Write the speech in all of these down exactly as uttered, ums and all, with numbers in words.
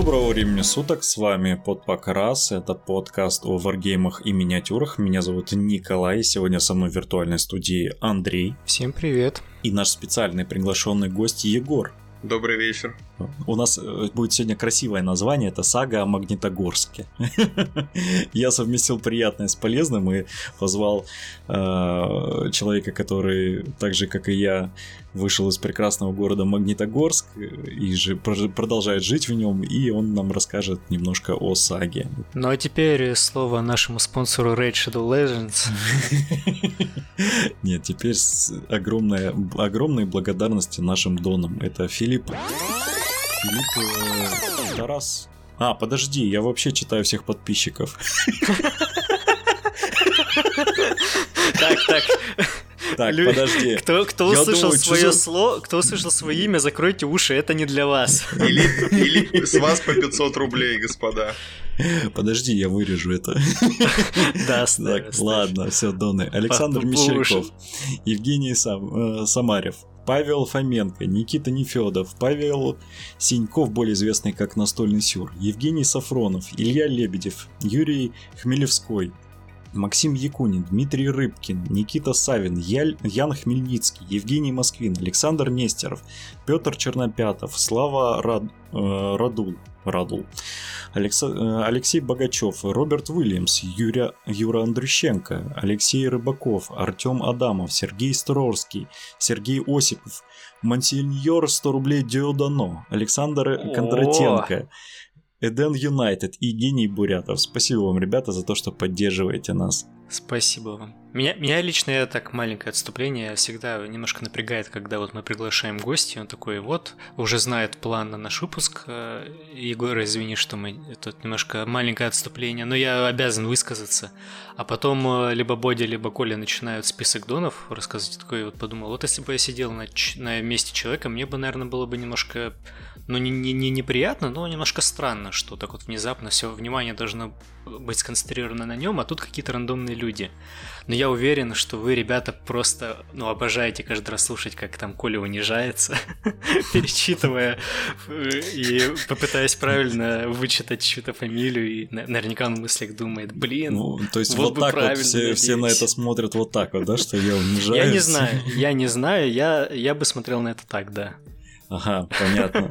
Доброго времени суток, с вами Подпокрас, это подкаст о варгеймах и миниатюрах. Меня зовут Николай, сегодня со мной в виртуальной студии Андрей. Всем привет. И наш специальный приглашенный гость Егор. Добрый вечер. У нас будет сегодня красивое название, это сага о Магнитогорске. Я совместил приятное с полезным и позвал э, человека, который, так же как и я, вышел из прекрасного города Магнитогорск и же продолжает жить в нем, и он нам расскажет немножко о саге. Ну а теперь слово нашему спонсору Raid Shadow Legends. Нет, теперь огромная, огромные благодарности нашим донам. Это Филипп. Филипп э, Тарас. А, подожди, я вообще читаю всех подписчиков. Так, так. Так, Лю... подожди. Кто, кто услышал думаю, свое чужой... слово, кто услышал свое имя, закройте уши, это не для вас. Или, или с вас по пятьсот рублей, господа. Подожди, я вырежу это. Да, так, ладно, все, доны. Александр Мещеряков, Евгений Сам, э, Самарев, Павел Фоменко, Никита Нефёдов, Павел Синьков, более известный как Настольный Сюр, Евгений Сафронов, Илья Лебедев, Юрий Хмелевской, Максим Якунин, Дмитрий Рыбкин, Никита Савин, Яль... Ян Хмельницкий, Евгений Москвин, Александр Нестеров, Петр Чернопятов, Слава Рад... э, Радул, Радул, Алекс... э, Алексей Богачев, Роберт Уильямс, Юрия... Юра Андрющенко, Алексей Рыбаков, Артем Адамов, Сергей Строрский, Сергей Осипов, Монсеньор сто рублей Диодано, Александр Кондратенко, Эден Юнайтед и Евгений Бурятов. Спасибо вам, ребята, за то, что поддерживаете нас. Спасибо вам. Меня, меня лично, я так, маленькое отступление, всегда немножко напрягает, когда вот мы приглашаем гостя, он такой, вот, уже знает план на наш выпуск. Егор, извини, что мы, тут немножко маленькое отступление, но я обязан высказаться. А потом либо Бодя, либо Коля начинают список донов рассказывать, такой вот подумал, вот если бы я сидел на, на месте человека, мне бы, наверное, было бы немножко, ну, не, не, не неприятно, но немножко странно, что так вот внезапно все внимание должно быть сконцентрировано на нем, а тут какие-то рандомные люди. Но я уверен, что вы, ребята, просто, ну, обожаете каждый раз слушать, как там Коля унижается, перечитывая и попытаясь правильно вычитать чью-то фамилию, и наверняка он в мыслях думает, блин, ну, то есть вот, вот так вот все, все на это смотрят вот так вот, да, что я унижаюсь? Я не знаю, я не знаю, я, я бы смотрел на это так, да. Ага, понятно.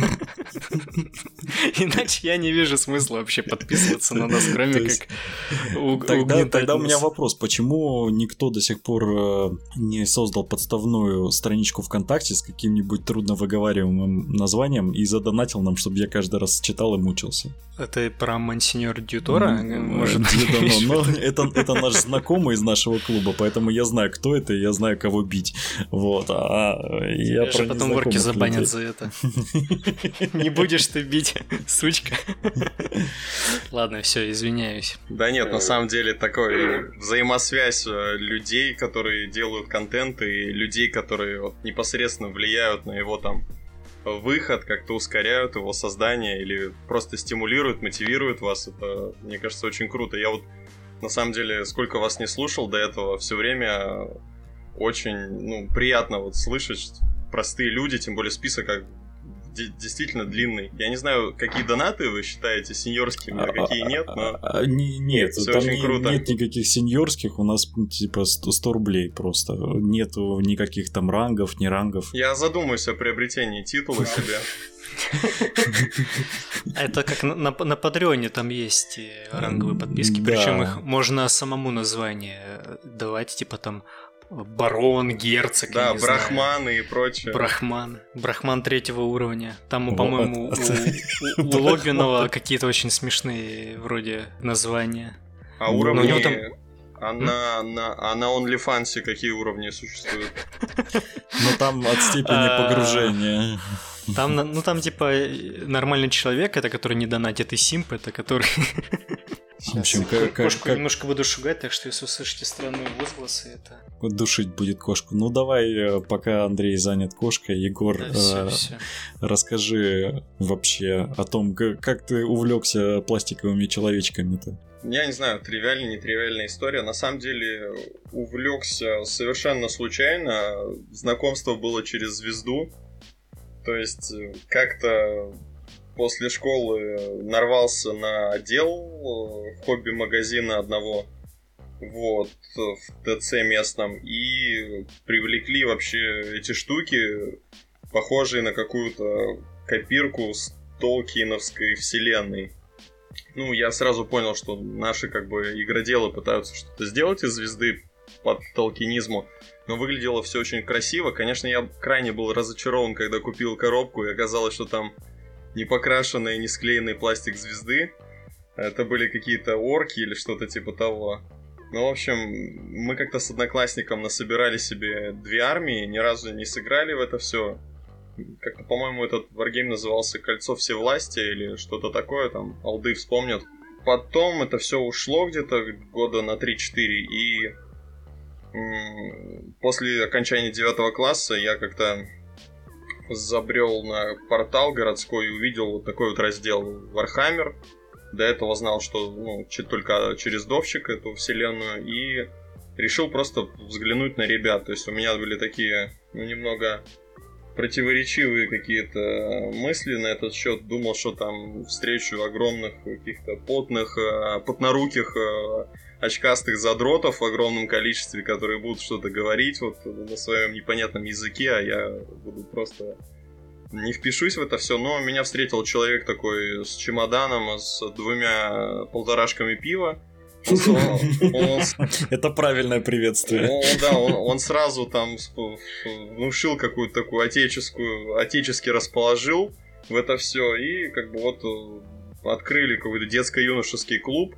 Иначе я не вижу смысла вообще подписываться на нас, кроме есть... как у... тогда, тогда у меня вопрос, почему никто до сих пор не создал подставную страничку ВКонтакте с каким-нибудь трудновыговариваемым названием и задонатил нам, чтобы я каждый раз читал и мучился? Это про Монсеньор Дьютора? Может, но это, это наш знакомый из нашего клуба, поэтому я знаю, кто это, и я знаю, кого бить. Вот, а я про потом ворки забанят за это. Не будешь ты бить, сучка. Ладно, все, извиняюсь. Да нет, на самом деле такой взаимосвязь людей, которые делают контент, и людей, которые вот непосредственно влияют на его там выход, как-то ускоряют его создание или просто стимулируют, мотивируют вас. Это, мне кажется, очень круто. Я вот на самом деле сколько вас не слушал до этого, все время очень, ну, приятно вот слышать простые люди, тем более список как действительно длинный. Я не знаю, какие донаты вы считаете сеньорскими, а какие нет, но... А, не, нет, все там очень не, круто. Нет никаких сеньорских, у нас типа сто рублей просто. Нету никаких там рангов, не рангов. Я задумаюсь о приобретении титула себе. Это как на, на, на Патреоне там есть ранговые подписки, да. Причем их можно самому название давать, типа там барон, герцог, да, брахманы знаю. И прочее. Брахман. Брахман третьего уровня. Там, вот. По-моему, у, у, у Логвинова какие-то очень смешные вроде названия. А уровни... Там... А на, на, а на OnlyFans какие уровни существуют? Ну там от степени погружения. Там, ну там типа нормальный человек, это который не донатит, и симп, это который... В общем, как, кошку как... немножко буду шугать, так что если услышите странные возгласы, это... Душить будет кошку. Ну давай, пока Андрей занят кошкой, Егор, да, всё, э, всё. расскажи вообще о том, как, как ты увлекся пластиковыми человечками-то. Я не знаю, тривиальная, нетривиальная история. На самом деле увлекся совершенно случайно. Знакомство было через звезду. То есть как-то после школы нарвался на отдел хобби-магазина одного, вот, в ТЦ местном, и привлекли вообще эти штуки, похожие на какую-то копирку с толкиновской вселенной. Ну, я сразу понял, что наши, как бы, игроделы пытаются что-то сделать из звезды по толкинизму, но выглядело все очень красиво. Конечно, я крайне был разочарован, когда купил коробку, и оказалось, что там не покрашенный, не склеенный пластик звезды. Это были какие-то орки или что-то типа того. Ну, в общем, мы как-то с одноклассником насобирали себе две армии, ни разу не сыграли в это все. Как-то, по-моему, этот варгейм назывался «Кольцо всевластия» или что-то такое, там, олды вспомнят. Потом это все ушло где-то года на три-четыре, и м- после окончания девятого класса я как-то забрел на портал городской и увидел вот такой вот раздел Warhammer. До этого знал, что ну, только через Довчик эту вселенную, и решил просто взглянуть на ребят. То есть у меня были такие, ну, немного противоречивые какие-то мысли на этот счет. Думал, что там встречу огромных каких-то потных, потноруких, очкастых задротов в огромном количестве, которые будут что-то говорить вот на своем непонятном языке, а я буду просто... не впишусь в это все, но меня встретил человек такой с чемоданом, с двумя полторашками пива. Он, он, он, это правильное приветствие. Он, да, он, он сразу там внушил какую-то такую отеческую, отечески расположил в это все, и как бы вот открыли какой-то детско-юношеский клуб.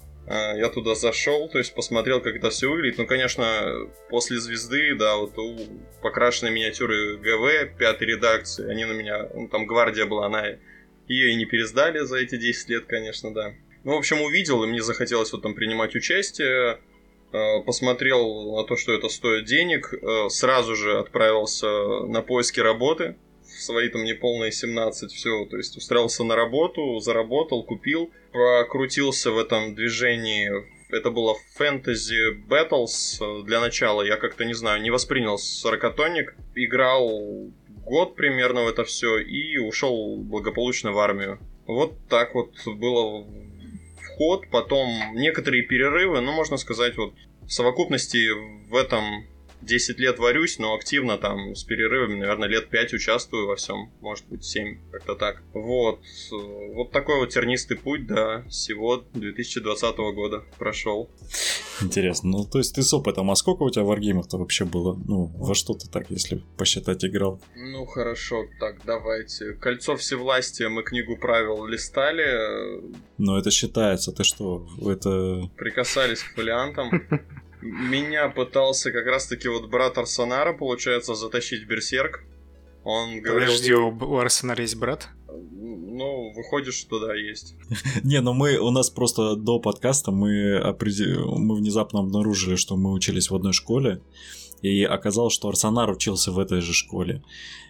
Я туда зашел, то есть посмотрел, как это все выглядит. Ну, конечно, после звезды, да, вот у покрашенной миниатюры ГВ пятой редакции, они на меня, ну, там гвардия была, она ее и не пересдали за эти десять лет, конечно, да. Ну, в общем, увидел, и мне захотелось вот там принимать участие, посмотрел на то, что это стоит денег, сразу же отправился на поиски работы в свои там неполные семнадцать, все, то есть устроился на работу, заработал, купил, прокрутился в этом движении. Это было Fantasy Battles для начала, я как-то, не знаю, не воспринял сорокатонник, играл год примерно в это все и ушел благополучно в армию. Вот так вот было вход, потом некоторые перерывы, ну, можно сказать, вот в совокупности в этом десять лет варюсь, но активно там с перерывами, наверное, лет пять участвую во всем, может быть, семь, как-то так. Вот, вот такой вот тернистый путь до всего две тысячи двадцатого года прошел. Интересно, ну то есть ты с опытом, а сколько у тебя варгеймов-то вообще было? Ну, во что ты так, если посчитать, играл? Ну, хорошо, так, давайте. «Кольцо всевластия» мы книгу правил листали. Ну, это считается, ты что, это... Прикасались к фолиантам. Меня пытался как раз-таки вот брат Арсенара, получается, затащить в Берсерк. Он говорил... Подожди, у Арсенара есть брат? Ну, выходит, что да, есть. Не, ну мы, у нас просто до подкаста мы, определ... мы внезапно обнаружили, что мы учились в одной школе, и оказалось, что Арсенар учился в этой же школе.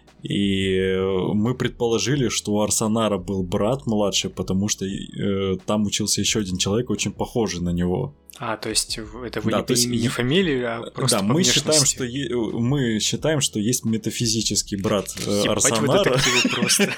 И мы предположили, что у Арсенара был брат младший, потому что э, там учился еще один человек, очень похожий на него. А, то есть это вы да, не по имени, есть... фамилии, а просто да, по мы внешности. считаем, что е... мы считаем, что есть метафизический брат э, Арсенара. Ебать вы детективы просто.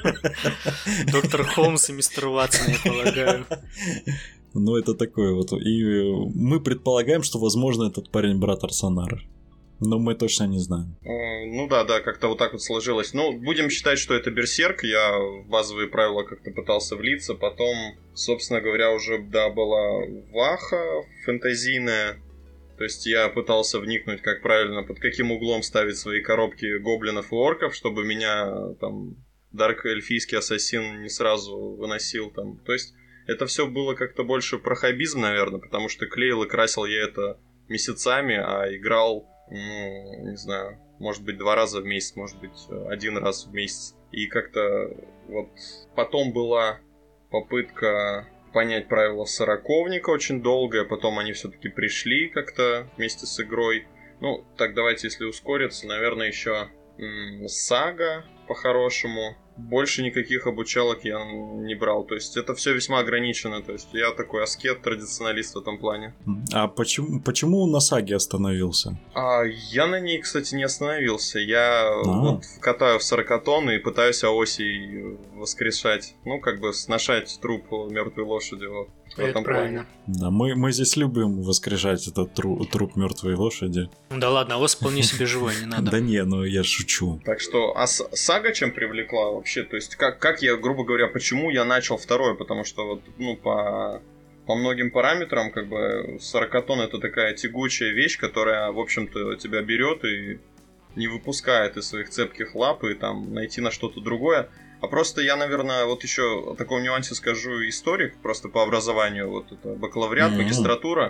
Доктор Холмс и мистер Ватсон, я полагаю. Ну, это такое вот. И мы предполагаем, что, возможно, этот парень брат Арсенара. Но мы точно не знаем. Ну да, да, как-то вот так вот сложилось. Ну, будем считать, что это Берсерк. Я в базовые правила как-то пытался влиться. Потом, собственно говоря, уже, да, была Ваха фэнтезийная. То есть я пытался вникнуть, как правильно, под каким углом ставить свои коробки гоблинов и орков, чтобы меня там Дарк эльфийский ассасин не сразу выносил там. То есть это все было как-то больше про хоббизм, наверное, потому что клеил и красил я это месяцами, а играл... ну, не знаю, может быть, два раза в месяц, может быть, один раз в месяц. И как-то вот потом была попытка понять правила сороковника очень долгая, потом они все-таки пришли как-то вместе с игрой. Ну, так давайте, если ускориться, наверное, еще м- Сага по-хорошему. Больше никаких обучалок я не брал. То есть это все весьма ограничено. То есть я такой аскет, традиционалист в этом плане. А почему, почему на Саге остановился? А, я на ней, кстати, не остановился. Я а. вот катаю в сорокатон и пытаюсь аосей воскрешать, ну, как бы сношать труп мертвой лошади, вот, в Это этом правильно. плане. Да, мы, мы здесь любим воскрешать этот тру, труп мертвой лошади. Ну да ладно, а вас вполне себе живой, не надо. Да не, ну я шучу. Так что, а с- сага чем привлекла вообще? То есть, как, как я, грубо говоря, почему я начал второе? Потому что, вот, ну, по, по многим параметрам, как бы, сорокатон это такая тягучая вещь, которая, в общем-то, тебя берет и не выпускает из своих цепких лап, и там найти на что-то другое. А просто я, наверное, вот еще о таком нюансе скажу, историк, просто по образованию, вот это бакалавриат, Mm-hmm. магистратура,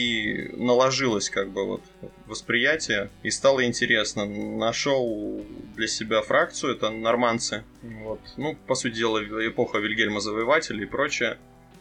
и наложилось как бы вот восприятие, и стало интересно. Нашел для себя фракцию, это нормандцы, вот, ну, по сути дела, эпоха Вильгельма Завоевателя и прочее,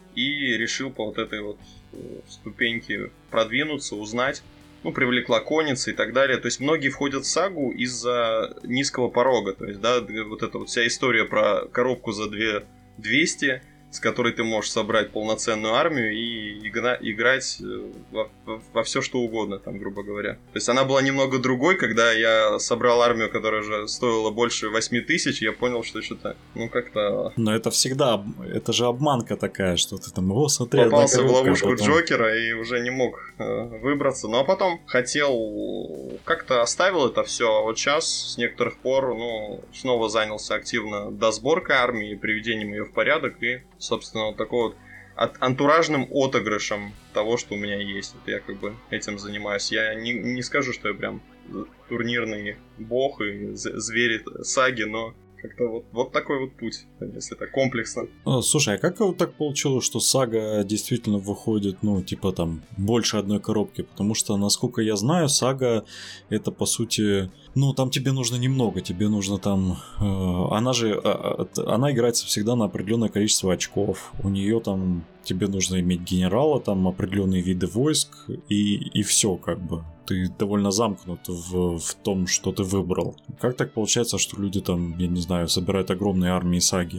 и решил по вот этой вот ступеньке продвинуться, узнать. Ну, привлекла конница и так далее. То есть многие входят в сагу из-за низкого порога. То есть, да, вот эта вот вся история про коробку за две тысячи двести, с которой ты можешь собрать полноценную армию и игра- играть во, во, во все что угодно, там, грубо говоря. То есть она была немного другой, когда я собрал армию, которая уже стоила больше восемь тысяч, я понял, что что-то, ну, как-то... Но это всегда, это же обманка такая, что ты там, о, смотри, попался одна в коробка, ловушку а потом... Джокера и уже не мог э, выбраться. Ну, а потом хотел... Как-то оставил это все, а вот сейчас, с некоторых пор, ну, снова занялся активно досборкой армии, приведением ее в порядок и, собственно, вот такой вот от, антуражным отыгрышем того, что у меня есть. Вот я как бы этим занимаюсь. Я не, не скажу, что я прям турнирный бог и зверь саги, но как-то вот, вот такой вот путь, если так комплексно. Слушай, а как вот так получилось, что сага действительно выходит, ну, типа там, больше одной коробки? Потому что, насколько я знаю, сага это, по сути, ну, там тебе нужно немного, тебе нужно там... Э, она же, э, она играется всегда на определенное количество очков. У нее там, тебе нужно иметь генерала, там определенные виды войск, и, и все как бы. Ты довольно замкнут в, в том, что ты выбрал. Как так получается, что люди там, я не знаю, собирают огромные армии саги?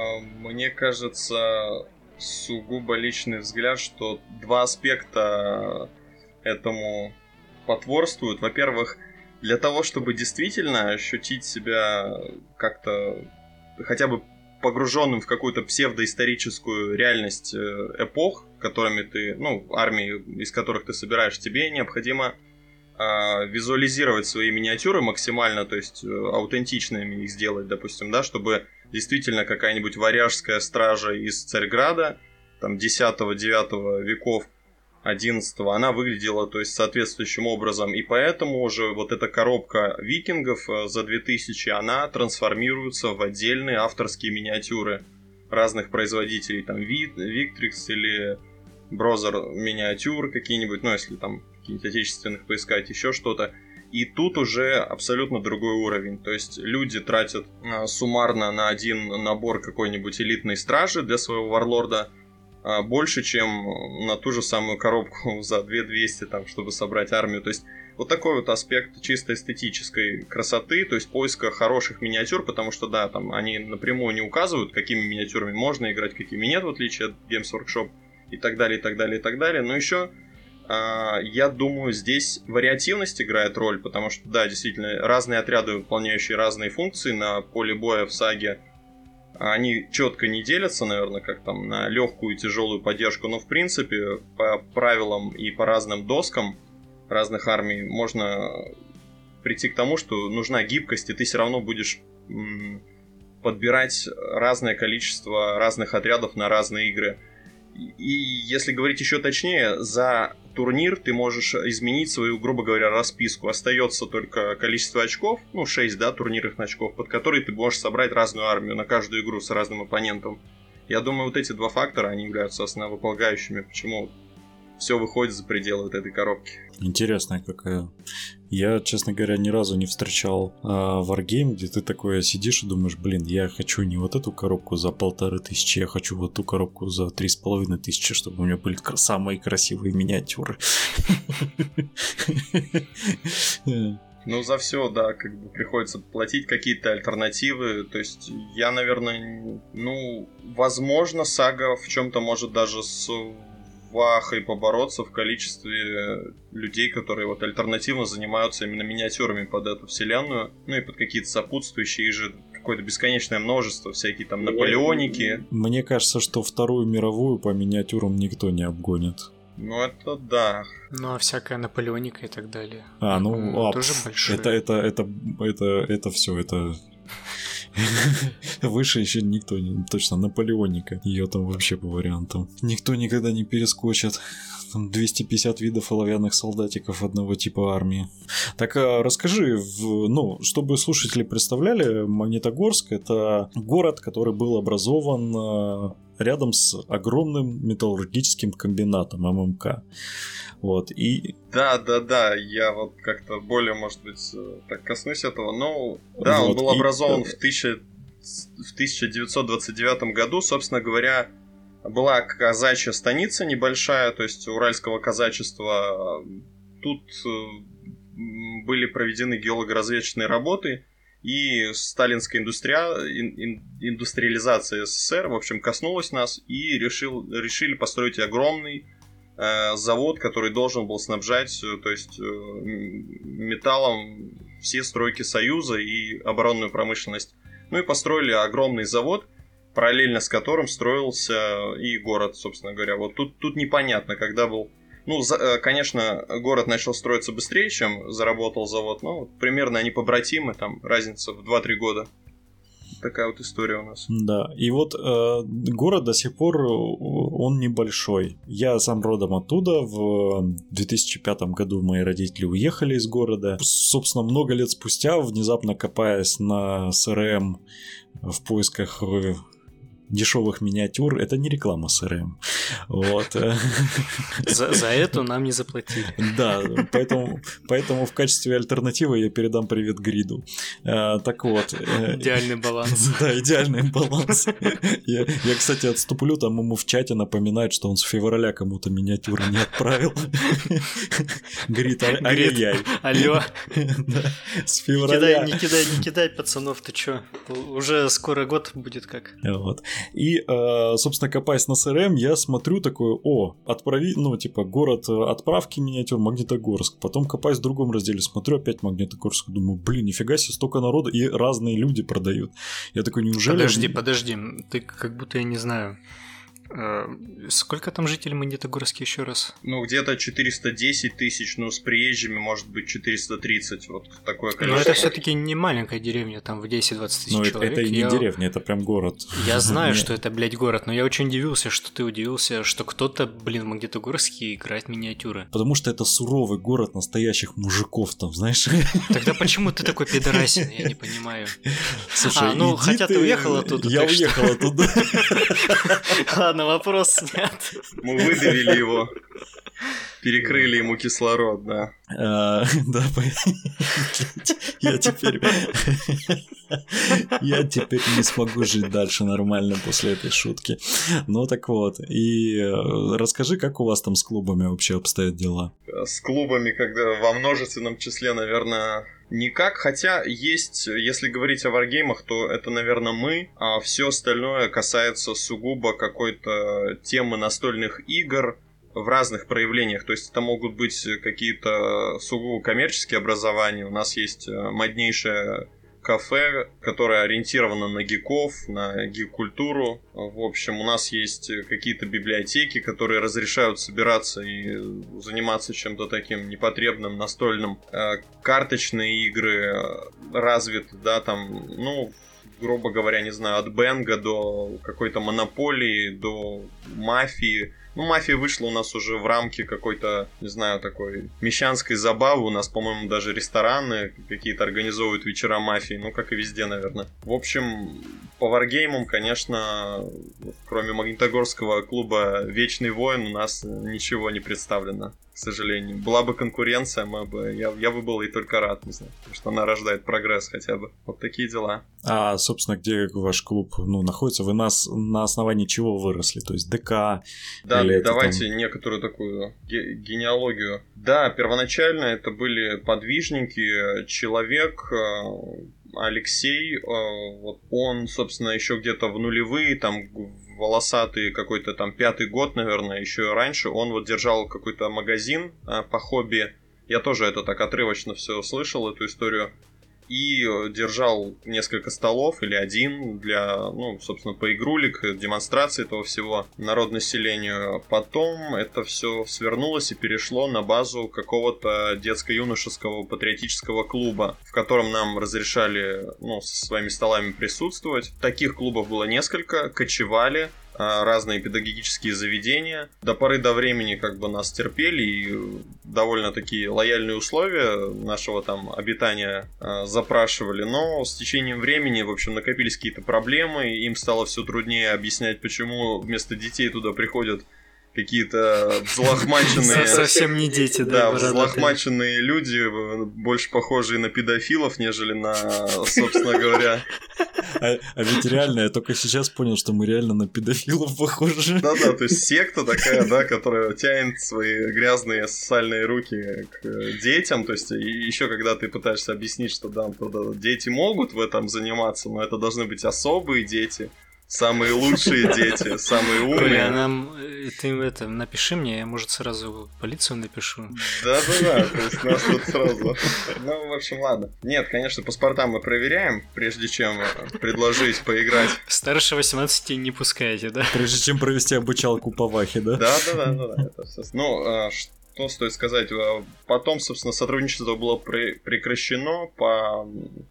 Мне кажется, сугубо личный взгляд, что два аспекта этому потворствуют. Во-первых, для того, чтобы действительно ощутить себя как-то хотя бы погруженным в какую-то псевдоисторическую реальность эпох, которыми ты, ну, армии, из которых ты собираешь, тебе необходимо э, визуализировать свои миниатюры максимально, то есть э, аутентичными их сделать, допустим, да, чтобы действительно какая-нибудь варяжская стража из Царьграда, там, десятого-девятого веков, одиннадцатого, она выглядела, то есть, соответствующим образом, и поэтому уже вот эта коробка викингов за две тысячи, она трансформируется в отдельные авторские миниатюры разных производителей, там, Victrix или Brother миниатюр какие-нибудь, ну, если там какие-нибудь отечественных поискать, еще что-то. И тут уже абсолютно другой уровень. То есть люди тратят а, суммарно на один набор какой-нибудь элитной стражи для своего варлорда а, больше, чем на ту же самую коробку за две тысячи двести, там, чтобы собрать армию. То есть вот такой вот аспект чисто эстетической красоты, то есть поиска хороших миниатюр, потому что, да, там они напрямую не указывают, какими миниатюрами можно играть, какими нет, в отличие от Games Workshop и так далее, и так далее, и так далее. Но еще я думаю, здесь вариативность играет роль, потому что, да, действительно, разные отряды, выполняющие разные функции на поле боя в саге, они четко не делятся, наверное, как там на легкую и тяжелую поддержку, но, в принципе, по правилам и по разным доскам разных армий можно прийти к тому, что нужна гибкость, и ты все равно будешь м- подбирать разное количество разных отрядов на разные игры. И если говорить еще точнее, за турнир ты можешь изменить свою, грубо говоря, расписку. Остается только количество очков, ну, шесть, да, турнирных очков, под которые ты можешь собрать разную армию на каждую игру с разным оппонентом. Я думаю, вот эти два фактора, они являются основополагающими, почему все выходит за пределы вот этой коробки. Интересная какая. Я, честно говоря, ни разу не встречал а, Wargame, где ты такое сидишь и думаешь, блин, я хочу не вот эту коробку за полторы тысячи, я хочу вот ту коробку за три с половиной тысячи, чтобы у меня были самые красивые миниатюры. Ну, за все, да, как бы приходится платить какие-то альтернативы. То есть я, наверное, ну, возможно, сага в чем-то может даже с правах и побороться в количестве людей, которые вот альтернативно занимаются именно миниатюрами под эту вселенную, ну и под какие-то сопутствующие, их же какое-то бесконечное множество, всякие там наполеоники. Мне кажется, что Вторую мировую по миниатюрам никто не обгонит. Ну это да. Ну а всякая наполеоника и так далее. А, ну, а, тоже большое. Это, это, это, это, это все, это... Выше еще никто не... Точно, Наполеоника. Ее там вообще по вариантам. Никто никогда не перескочит. Там двести пятьдесят видов оловянных солдатиков одного типа армии. Так а расскажи, в, ну, чтобы слушатели представляли, Магнитогорск — это город, который был образован рядом с огромным металлургическим комбинатом эм эм ка. Вот, и... Да, да, да, я вот как-то более, может быть, так коснусь этого, но да, вот, он был и... образован в, тысяча... в тысяча девятьсот двадцать девятом году, собственно говоря, была казачья станица небольшая, то есть уральского казачества. Тут были проведены геолого-разведочные работы, и сталинская индустрия... индустриализация СССР, в общем, коснулась нас, и решил... решили построить огромный завод, который должен был снабжать, то есть металлом все стройки Союза и оборонную промышленность. Ну и построили огромный завод, параллельно с которым строился и город, собственно говоря. Вот тут, тут непонятно, когда был... Ну, за, конечно, город начал строиться быстрее, чем заработал завод, но примерно они побратимы, там разница в два-три года. Такая вот история у нас. Да, и вот э, город до сих пор, он небольшой. Я сам родом оттуда. В две тысячи пятом году мои родители уехали из города. Собственно, много лет спустя, внезапно копаясь на эс эр эм в поисках дешевых миниатюр, это не реклама эс эр эм. Вот. За, за это нам не заплатили. Да, поэтому, поэтому в качестве альтернативы я передам привет Гриду. А, так вот. Идеальный баланс. Да, идеальный баланс. Я, я, кстати, отступлю, там ему в чате напоминают, что он с февраля кому-то миниатюры не отправил. Грид, ай-яй-яй. Алло. С февраля. Не кидай, не кидай, не кидай, пацанов, ты чё? Уже скоро год будет как. Вот. И, собственно, копаясь на эс эр эм, я смотрю такой, о, отправи, ну, типа, город отправки миниатюр Магнитогорск. Потом копаясь в другом разделе, смотрю опять Магнитогорск. Думаю, блин, нифига себе, столько народа, и разные люди продают. Я такой, неужели... Подожди, подожди, ты как будто, я не знаю... Сколько там жителей Магнитогорске еще раз? Ну, где-то четыреста десять тысяч, ну, с приезжими, может быть, четыреста тридцать, вот такое количество. Но это все-таки не маленькая деревня, там в десять-двадцать тысяч но человек. Это, это и не я... деревня, это прям город. Я знаю, что это, блядь, город, но я очень удивился, что ты удивился, что кто-то, блин, в Магнитогорске играет в миниатюры. Потому что это суровый город настоящих мужиков там, знаешь. Тогда почему ты такой пидорасин, я не понимаю. Слушай, а, ну, хотя ты уехал оттуда. Я уехал оттуда. Ладно, вопрос снят. Мы выдавили его. Перекрыли ему кислород, да. А, да, я теперь... Я теперь не смогу жить дальше нормально после этой шутки. Ну так вот, и расскажи, как у вас там с клубами вообще обстоят дела? С клубами, когда во множественном числе, наверное... Никак, хотя есть, если говорить о варгеймах, то это, наверное, мы, а все остальное касается сугубо какой-то темы настольных игр в разных проявлениях. То есть это могут быть какие-то сугубо коммерческие образования. У нас есть моднейшее кафе, которое ориентировано на гиков, на гик-культуру. В общем, у нас есть какие-то библиотеки, которые разрешают собираться и заниматься чем-то таким непотребным, настольным. Карточные игры развиты, да, там, ну, грубо говоря, не знаю, от Бенга до какой-то монополии, до мафии. Ну, мафия вышла у нас уже в рамки какой-то, не знаю, такой мещанской забавы. У нас, по-моему, даже рестораны какие-то организовывают вечера мафии. Ну, как и везде, наверное. В общем, по варгеймам, конечно, кроме Магнитогорского клуба «Вечный воин» у нас ничего не представлено, к сожалению. Была бы конкуренция, мы бы, я, я бы был и только рад, не знаю, потому что она рождает прогресс хотя бы. Вот такие дела. А, собственно, где ваш клуб, ну, находится? Вы нас на основании чего выросли? То есть ДК? Да, давайте там... некоторую такую ге- генеалогию. Да, первоначально это были подвижники, человек Алексей, вот он, собственно, еще где-то в нулевые, там, волосатый какой-то там пятый год, наверное, еще раньше, он вот держал какой-то магазин по хобби. Я тоже это так отрывочно все слышал, эту историю. И держал несколько столов или один для, ну, собственно, поигрулек, демонстрации этого всего народонаселению. Потом это все свернулось и перешло на базу какого-то детско-юношеского патриотического клуба, в котором нам разрешали, ну, со своими столами присутствовать. Таких клубов было несколько, кочевали разные педагогические заведения. До поры до времени как бы нас терпели, и довольно такие лояльные условия нашего там обитания э, запрашивали, но с течением времени, в общем, накопились какие-то проблемы, им стало все труднее объяснять, почему вместо детей туда приходят какие-то взлохмаченные... Совсем не дети, да. Да, взлохмаченные люди, больше похожие на педофилов, нежели на, собственно говоря... А, а ведь реально, я только сейчас понял, что мы реально на педофилов похожи. Да-да, то есть секта такая, да, которая тянет свои грязные сальные руки к детям, то есть еще когда ты пытаешься объяснить, что да, дети могут в этом заниматься, но это должны быть особые дети, самые лучшие дети, самые умные. Коля, а нам, ты это, напиши мне, я, может, сразу полицию напишу. Да-да-да, то есть нас тут сразу... Ну, в общем, ладно. Нет, конечно, паспорта мы проверяем, прежде чем предложить поиграть. Старше восемнадцати не пускайте, да? Прежде чем провести обучалку по вахе, да? Да-да-да, это все. Ну, что стоит сказать, потом, собственно, сотрудничество было при- прекращено по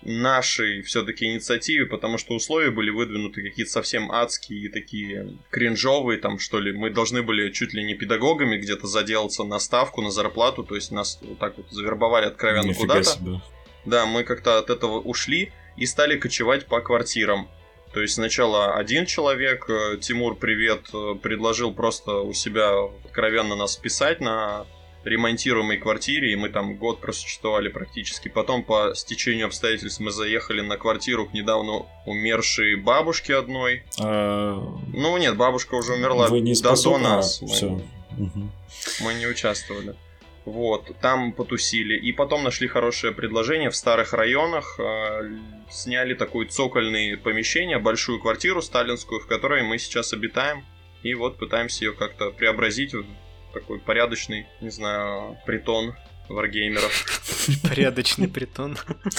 нашей все-таки инициативе, потому что условия были выдвинуты какие-то совсем адские, такие кринжовые, там, что ли. Мы должны были чуть ли не педагогами где-то заделаться на ставку, на зарплату, то есть нас вот так вот завербовали откровенно Нифига куда-то. себе. Да, мы как-то от этого ушли и стали кочевать по квартирам. То есть сначала один человек, Тимур, привет, предложил просто у себя откровенно нас вписать на ремонтируемой квартире, и мы там год просуществовали практически. Потом по стечению обстоятельств мы заехали на квартиру к недавно умершей бабушке одной. А... Ну нет, бабушка уже умерла Вы не до, до нас. А, мы, все. Угу. мы не участвовали. Вот, там потусили. И потом нашли хорошее предложение в старых районах. Э, сняли такое цокольное помещение, большую квартиру сталинскую, в которой мы сейчас обитаем. И вот пытаемся ее как-то преобразить в такой порядочный, не знаю, притон варгеймеров. Порядочный притон.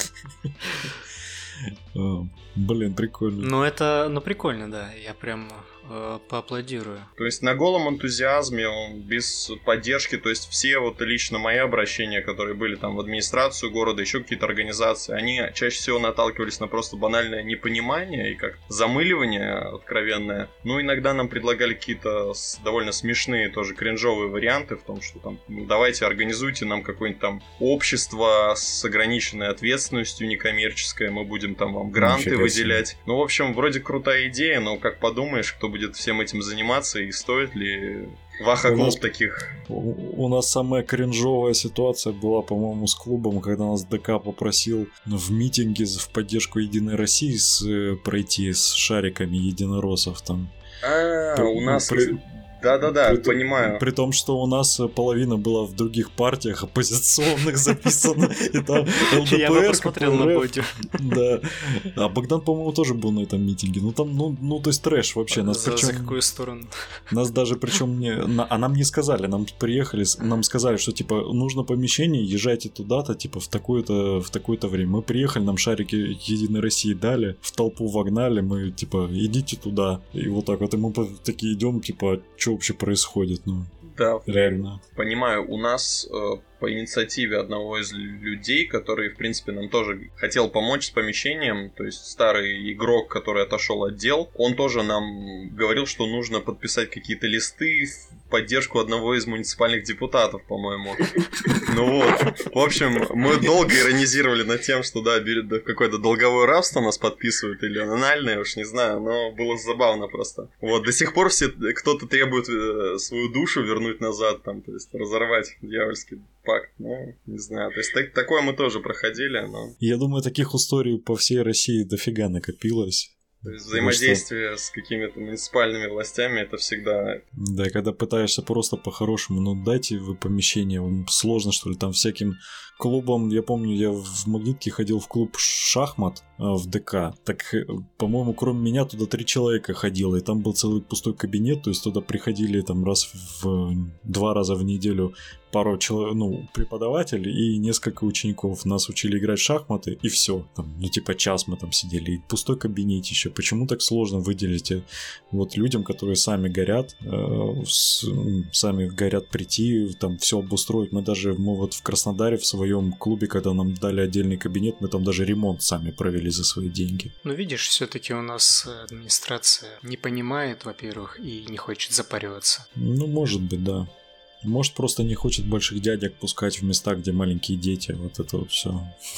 Блин, прикольно. Ну это, ну прикольно, да. Я прям э, поаплодирую. То есть на голом энтузиазме, он без поддержки, то есть все вот лично мои обращения, которые были там в администрацию города, еще какие-то организации, они чаще всего наталкивались на просто банальное непонимание и как замыливание откровенное. Ну, иногда нам предлагали какие-то довольно смешные, тоже кринжовые варианты в том, что там, ну, давайте организуйте нам какое-нибудь там общество с ограниченной ответственностью некоммерческое, мы будем там вам гранты выделять. Ну, в общем, вроде крутая идея, но как подумаешь, кто будет всем этим заниматься и стоит ли ваха-клуб таких? У, у нас самая кринжовая ситуация была, по-моему, с клубом, когда нас ДК попросил в митинге в поддержку Единой России с, пройти с шариками единороссов там. А, При, у нас... При... Да-да-да, при, понимаю. При том, что у нас половина была в других партиях оппозиционных записана, и там ЛДПР, я бы посмотрел на подиум. Да. А Богдан, по-моему, тоже был на этом митинге. Ну там, ну, ну то есть трэш вообще. Нас за, причем, за какую сторону? Нас даже, причем, не, на, а нам не сказали, нам приехали, нам сказали, что типа нужно помещение, езжайте туда-то, типа в такое-то, в такое-то время. Мы приехали, нам шарики Единой России дали, в толпу вогнали, мы типа идите туда. И вот так вот, и мы такие идем, типа, что вообще происходит, ну, да, реально. Понимаю, у нас э, по инициативе одного из людей, который, в принципе, нам тоже хотел помочь с помещением, то есть старый игрок, который отошел от дел, он тоже нам говорил, что нужно подписать какие-то листы в поддержку одного из муниципальных депутатов, по-моему. Ну вот, в общем, мы долго иронизировали над тем, что да, какое-то долговое рабство нас подписывают или анальное, уж не знаю, но было забавно просто. Вот, до сих пор все, кто-то требует свою душу вернуть назад, там, то есть разорвать дьявольский пакт, ну, не знаю, то есть так, такое мы тоже проходили, но... Я думаю, таких историй по всей России дофига накопилось. То есть взаимодействие с какими-то муниципальными властями, это всегда... Да, когда пытаешься просто по-хорошему, ну дайте вы помещение, сложно что ли, там всяким клубам, я помню, я в Магнитке ходил в клуб шахмат, в ДК. Так, по-моему, кроме меня туда три человека ходило, и там был целый пустой кабинет, то есть туда приходили там раз в два раза в неделю пару человек, ну, преподавателей и несколько учеников. Нас учили играть в шахматы, и все. Там, ну, типа час мы там сидели, и пустой кабинет еще. Почему так сложно выделить вот людям, которые сами горят, э, с, сами горят прийти, там все обустроить. Мы даже, мы вот в Краснодаре в своем клубе, когда нам дали отдельный кабинет, мы там даже ремонт сами провели за свои деньги. Ну, видишь, все-таки у нас администрация не понимает, во-первых, и не хочет запариваться. Ну, может быть, да. Может, просто не хочет больших дядек пускать в места, где маленькие дети. Вот это вот все.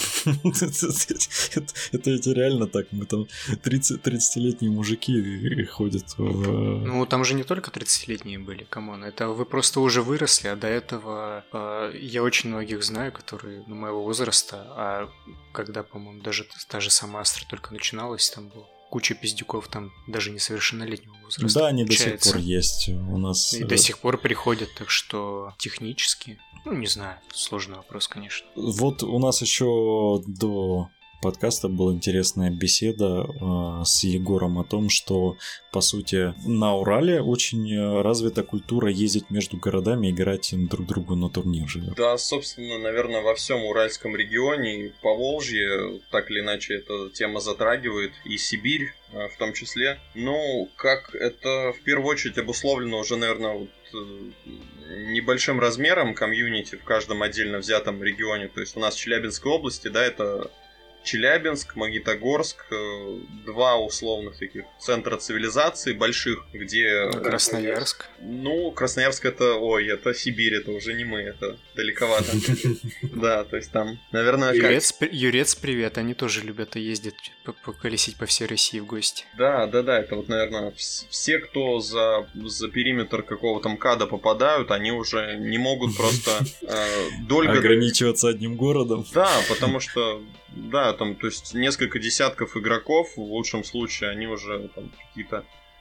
Это ведь реально так. Мы там тридцатилетние мужики ходят в... Ну, там же не только тридцатилетние были, камон. Это вы просто уже выросли, а до этого я очень многих знаю, которые моего возраста, а когда, по-моему, даже та же сама Астра только начиналась, там было куча пиздюков там даже несовершеннолетнего возраста. Да, они получается. До сих пор есть у нас. И до сих пор приходят, так что технически, ну не знаю, сложный вопрос, конечно. Вот у нас еще до подкаста была интересная беседа э, с Егором о том, что, по сути, на Урале очень развита культура ездить между городами и играть друг другу на турниры. Да, собственно, наверное, во всем Уральском регионе и Поволжье так или иначе эта тема затрагивает, и Сибирь э, в том числе. Ну, как это в первую очередь обусловлено уже, наверное, вот, э, небольшим размером комьюнити в каждом отдельно взятом регионе. То есть у нас в Челябинской области, да, это Челябинск, Магнитогорск, два условных таких центра цивилизации больших, где... Красноярск. Ну, Красноярск это... Ой, это Сибирь, это уже не мы, это далековато. Да, то есть там, наверное... Юрец, привет, они тоже любят ездить, поколесить по всей России в гости. Да, да, да, это вот, наверное, все, кто за периметр какого-то МКАДа попадают, они уже не могут просто долго... Ограничиваться одним городом. Да, потому что... Да, там, то есть несколько десятков игроков, в лучшем случае, они уже там какие-то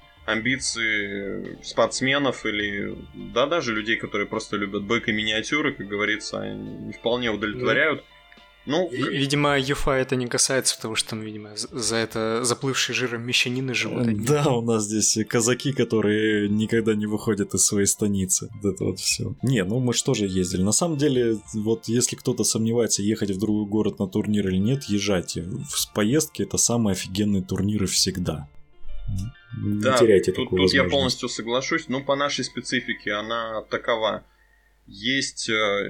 амбиции спортсменов или, да, даже людей, которые просто любят бэк и миниатюры, как говорится, они не вполне удовлетворяют. Ну, видимо, ЮФА это не касается, потому что там, видимо, за это заплывшие жиром мещанины живут. Одни. Да, у нас здесь казаки, которые никогда не выходят из своей станицы. Вот это вот все. Не, ну мы же тоже ездили. На самом деле, вот если кто-то сомневается, ехать в другой город на турнир или нет, езжайте. В поездке это самые офигенные турниры всегда. Не да, теряйте тут, такую тут возможность. Я полностью соглашусь, но по нашей специфике она такова. Есть...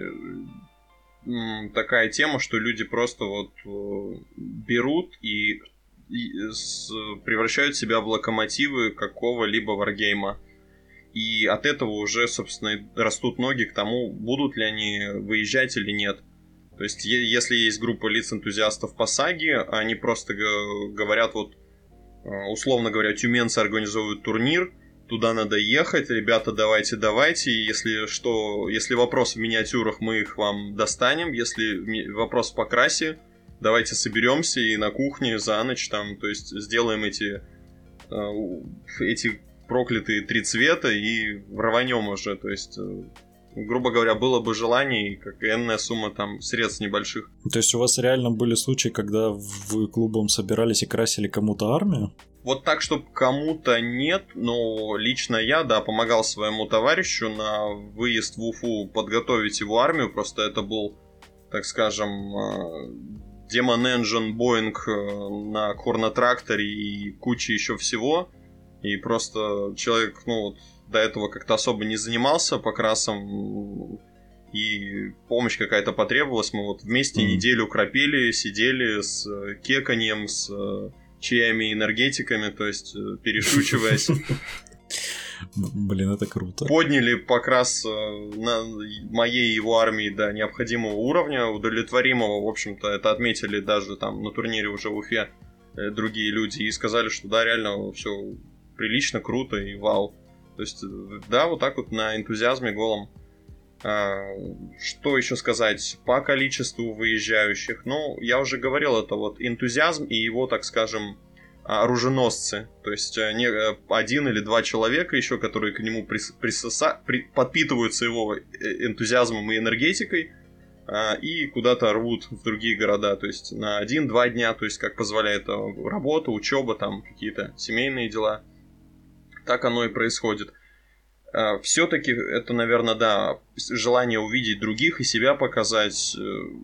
такая тема, что люди просто вот берут и, и с, превращают себя в локомотивы какого-либо варгейма. И от этого уже, собственно, растут ноги к тому, будут ли они выезжать или нет. То есть, е- если есть группа лиц-энтузиастов по саге, они просто г- говорят, вот, условно говоря, тюменцы организовывают турнир, туда надо ехать, ребята, давайте, давайте, если что, если вопрос в миниатюрах, мы их вам достанем, если вопрос в покрасе, давайте соберемся и на кухне за ночь там, то есть сделаем эти, эти проклятые три цвета и рванем уже, то есть, грубо говоря, было бы желание и как энная сумма там средств небольших. То есть у вас реально были случаи, когда вы клубом собирались и красили кому-то армию? Вот так, чтобы кому-то нет, но лично я, да, помогал своему товарищу на выезд в Уфу подготовить его армию, просто это был, так скажем, Demon Engine Boeing на Хорнотракторе и куча еще всего, и просто человек, ну вот, до этого как-то особо не занимался покрасом, и помощь какая-то потребовалась, мы вот вместе mm. неделю кропили, сидели с кеканьем, с... чаями и энергетиками, то есть перешучиваясь. Блин, это круто. Подняли покрас на моей и его армии до необходимого уровня, удовлетворимого, в общем-то, это отметили даже там на турнире уже в Уфе другие люди и сказали, что да, реально все прилично, круто и вау. То есть, да, вот так вот на энтузиазме голом. Что еще сказать по количеству выезжающих? Ну, я уже говорил, это вот энтузиазм и его, так скажем, оруженосцы. То есть не один или два человека еще, которые к нему прис, присоса, при, подпитываются его энтузиазмом и энергетикой. и куда-то рвут в другие города, то есть на один-два дня, то есть как позволяет работа, учеба, там какие-то семейные дела. Так оно и происходит. Все-таки это, наверное, да, желание увидеть других и себя показать.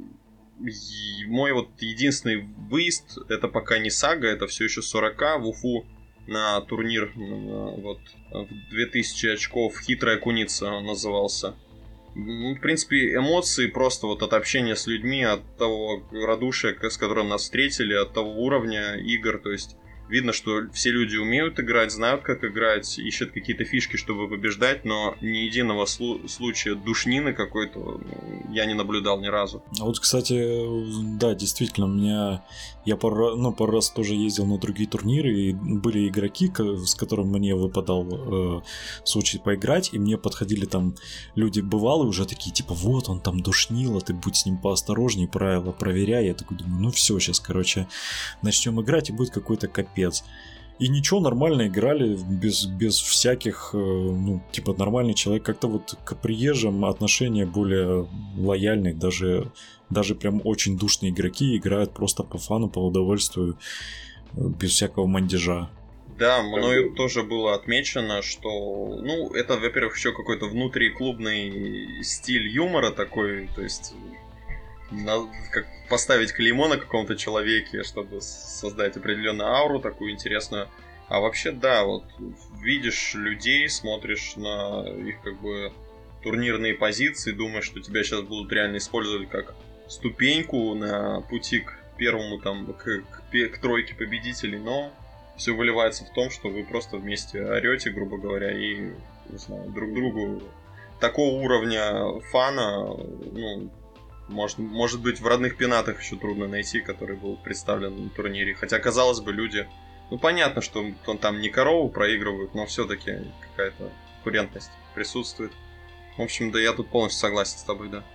И мой вот единственный выезд, это пока не Сага, это все еще сорока в Уфу на турнир вот, в две тысячи очков, «Хитрая куница» он назывался. Ну, в принципе, эмоции просто вот от общения с людьми, от того радушия, с которым нас встретили, от того уровня игр, то есть видно, что все люди умеют играть, знают, как играть, ищут какие-то фишки, чтобы побеждать, но ни единого слу- случая душнины какой-то я не наблюдал ни разу. А вот, кстати, да, действительно, у меня... Я пару, ну, пару раз тоже ездил на другие турниры, и были игроки, с которыми мне выпадал э, случай поиграть, и мне подходили там люди бывалые уже такие, типа, вот он там душнило, ты будь с ним поосторожней, правила проверяй. Я такой думаю, ну все, сейчас, короче, начнем играть, и будет какой-то капец. И ничего, нормально играли, без, без всяких, ну, типа, нормальный человек. Как-то вот к приезжим отношения более лояльные, даже, даже прям очень душные игроки играют просто по фану, по удовольствию, без всякого мандежа. Да, мною тоже было отмечено, что, ну, это, во-первых, еще какой-то внутриклубный стиль юмора такой, то есть... Надо как поставить клеймо на каком-то человеке, чтобы создать определенную ауру такую интересную. А вообще, да, вот видишь людей, смотришь на их как бы турнирные позиции, думаешь, что тебя сейчас будут реально использовать как ступеньку на пути к первому там, к, к, к тройке победителей, но все выливается в том, что вы просто вместе орете, грубо говоря, и, не знаю, друг другу такого уровня фана, ну, Может, может быть, в родных пенатах еще трудно найти, которые будут представлены на турнире. Хотя, казалось бы, люди... Ну, понятно, что там не корову проигрывают, но все-таки какая-то конкурентность присутствует. В общем, да, я тут полностью согласен с тобой, да.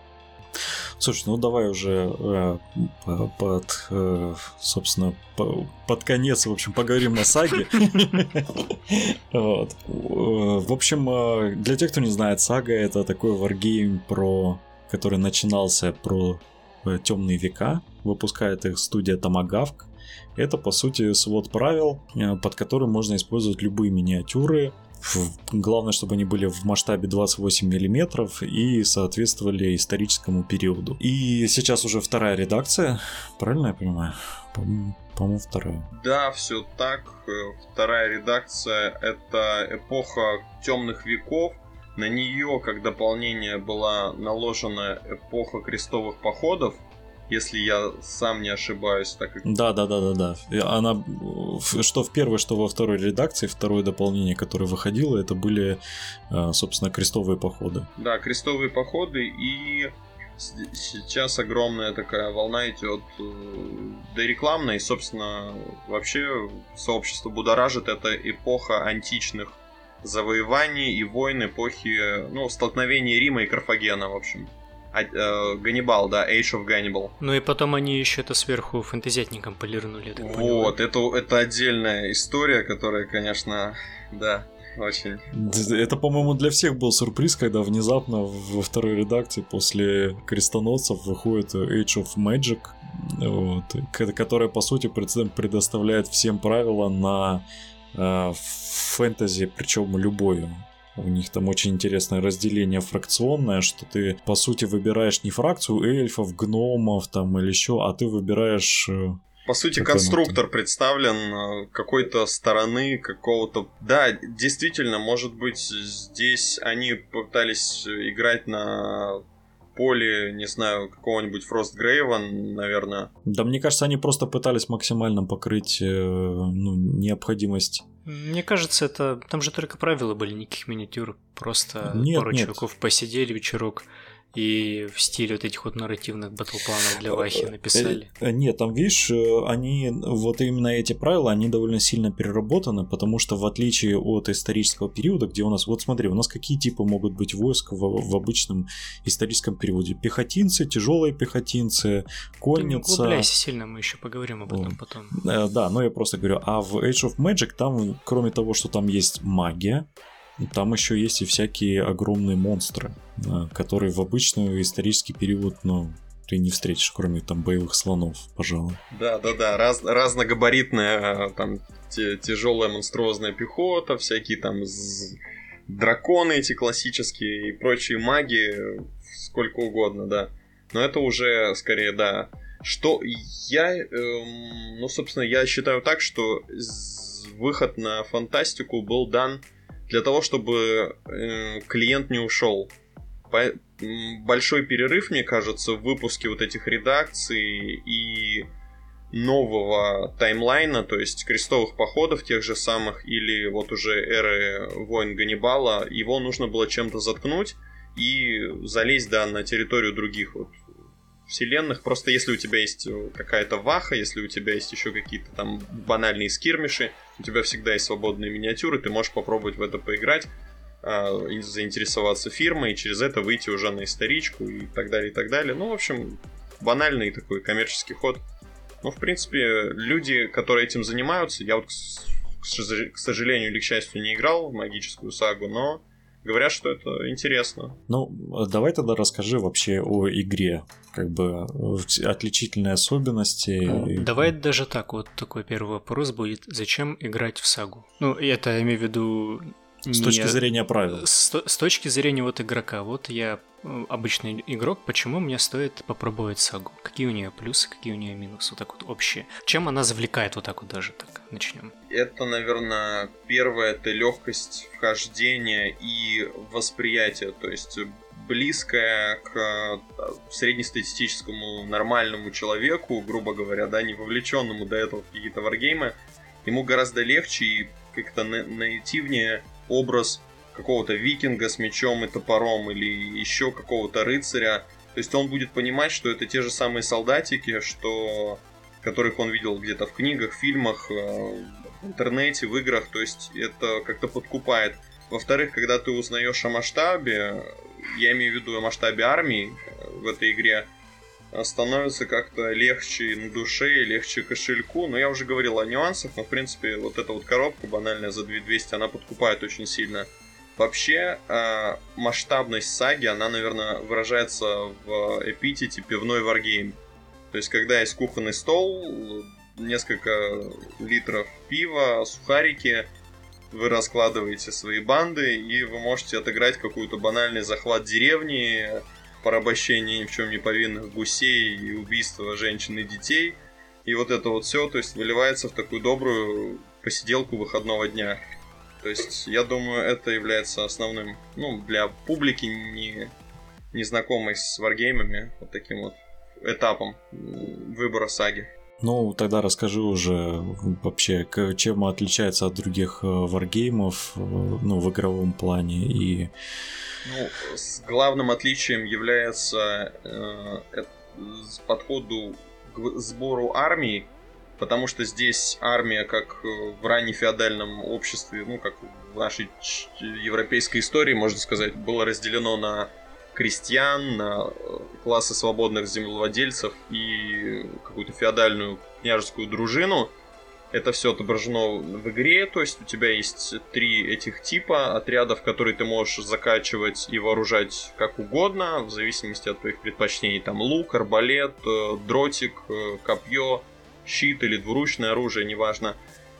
Слушай, ну давай уже э, под, э, собственно, по, под конец, в общем, поговорим о Саге. В общем, для тех, кто не знает, Сага — это такой варгейм про... который начинался про темные века, выпускает их студия Томагавк. Это, по сути, свод правил, под которым можно использовать любые миниатюры. Главное, чтобы они были в масштабе двадцать восемь миллиметров и соответствовали историческому периоду. И сейчас уже вторая редакция, правильно я понимаю? По-моему, по-моему вторая. Да, все так. Вторая редакция — это эпоха темных веков. На нее, как дополнение, была наложена эпоха крестовых походов, если я сам не ошибаюсь. Так как... Да, да, да, да, да. Она что в первой, что во второй редакции, второе дополнение, которое выходило, это были, собственно, крестовые походы. Да, крестовые походы, и сейчас огромная такая волна идет, да и рекламная, и, собственно, вообще сообщество будоражит. Это эпоха античных завоеваний и войн эпохи, ну, столкновения Рима и Карфагена, в общем. А, э, Ганнибал, да, Age of Hannibal. Ну и потом они еще это сверху фэнтезиатником полирнули, я так вот, понял. Вот, это, это отдельная история, которая, конечно, да, очень... Это, по-моему, для всех был сюрприз, когда внезапно во второй редакции после крестоносцев выходит Age of Magic, вот, которая, по сути, предоставляет всем правила на фэнтези, причем любое. У них там очень интересное разделение фракционное, что ты, по сути, выбираешь не фракцию эльфов, гномов там или еще, а ты выбираешь... По сути, конструктор представлен какой-то стороны, какого-то... Да, действительно, может быть, здесь они пытались играть на поле, не знаю, какого-нибудь Фростгрейва, наверное. Да, мне кажется, они просто пытались максимально покрыть ну, необходимость. Мне кажется, это... Там же только правила были, никаких миниатюр. Просто нет, пару нет. чуваков посидели вечерок и в стиле вот этих вот нарративных батлпланов для Вахи написали. Нет, там, видишь, они, вот именно эти правила, они довольно сильно переработаны, потому что в отличие от исторического периода, где у нас, вот смотри, у нас какие типы могут быть войск в, в обычном историческом периоде? Пехотинцы, тяжелые пехотинцы, конница. Ты не углубляйся сильно, мы еще поговорим об этом потом. Да, но я просто говорю, а в Age of Magic там, кроме того, что там есть магия, Там еще есть и всякие огромные монстры, которые в обычный исторический период, ну, ты не встретишь, кроме там боевых слонов, пожалуй. Да, да, да, раз, разногабаритная, там, тяжелая монструозная пехота, всякие там з... драконы эти классические и прочие маги, сколько угодно, да. Но это уже скорее, да. Что я, эм, ну, собственно, я считаю так, что выход на фантастику был дан для того, чтобы э, клиент не ушел. По... Большой перерыв, мне кажется, в выпуске вот этих редакций и нового таймлайна, то есть крестовых походов тех же самых, или вот уже эры войн Ганнибала, его нужно было чем-то заткнуть и залезть, да, на территорию других вот вселенных. Просто если у тебя есть какая-то ваха, если у тебя есть еще какие-то там банальные скирмиши, у тебя всегда есть свободные миниатюры, ты можешь попробовать в это поиграть, заинтересоваться фирмой и через это выйти уже на историчку и так далее, и так далее. Ну, в общем, банальный такой коммерческий ход. Ну, в принципе, люди, которые этим занимаются, я вот, к сожалению или к счастью, не играл в магическую сагу, но говорят, что это интересно. Ну, давай тогда расскажи вообще о игре, как бы отличительные особенности. Давай даже так, вот такой первый вопрос будет. Зачем играть в сагу? Ну, это я имею в виду... С не... точки зрения правил. С, с точки зрения вот игрока. Вот я обычный игрок, почему мне стоит попробовать сагу? Какие у нее плюсы, какие у нее минусы? Вот так вот общие. Чем она завлекает, вот так вот даже так начнем? Это, наверное, первое, это легкость вхождения и восприятия. То есть близкое к среднестатистическому нормальному человеку, грубо говоря, да, не вовлеченному до этого в какие-то варгеймы, ему гораздо легче и как-то на- наитивнее образ какого-то викинга с мечом и топором или еще какого-то рыцаря. То есть он будет понимать, что это те же самые солдатики, что... которых он видел где-то в книгах, фильмах, в интернете, в играх. То есть это как-то подкупает. Во-вторых, когда ты узнаешь о масштабе, я имею в виду о масштабе армии в этой игре, становится как-то легче на душе, легче кошельку. Но я уже говорил о нюансах, но в принципе вот эта вот коробка банальная за две тысячи двести, она подкупает очень сильно. Вообще масштабность саги, она, наверное, выражается в эпитете пивной варгейм. То есть когда есть кухонный стол, несколько литров пива, сухарики, вы раскладываете свои банды, и вы можете отыграть какой-то банальный захват деревни, порабощение ни в чем не повинных гусей и убийство женщин и детей. И вот это вот все, то есть, выливается в такую добрую посиделку выходного дня. То есть, я думаю, это является основным, ну, для публики, не, не знакомой с варгеймами, вот таким вот этапом выбора саги. Ну, тогда расскажи уже вообще, чем отличается от других варгеймов, ну, в игровом плане и... Ну, с главным отличием является э, подходу к сбору армии, потому что здесь армия, как в раннефеодальном обществе, ну, как в нашей европейской истории, можно сказать, было разделено на крестьян, на классы свободных землевладельцев и какую-то феодальную княжескую дружину. Это все отображено в игре, то есть у тебя есть три этих типа отрядов, которые ты можешь закачивать и вооружать как угодно, в зависимости от твоих предпочтений. Там лук, арбалет, дротик, копье, щит или двуручное оружие, неважно.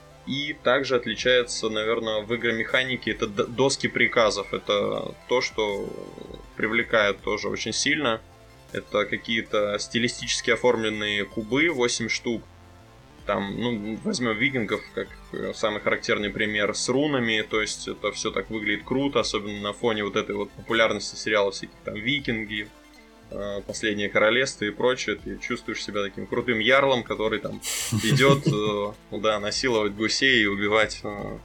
И также отличается, наверное, в игромеханике это доски приказов. Это то, что привлекает тоже очень сильно. Это какие-то стилистически оформленные кубы, восемь штук. Там, ну, возьмем викингов как самый характерный пример с рунами, то есть это все так выглядит круто, особенно на фоне вот этой вот популярности сериалов всяких там викинги, Последнее королевство и прочее. Ты чувствуешь себя таким крутым ярлом, который там идет, да, насиловать гусей и убивать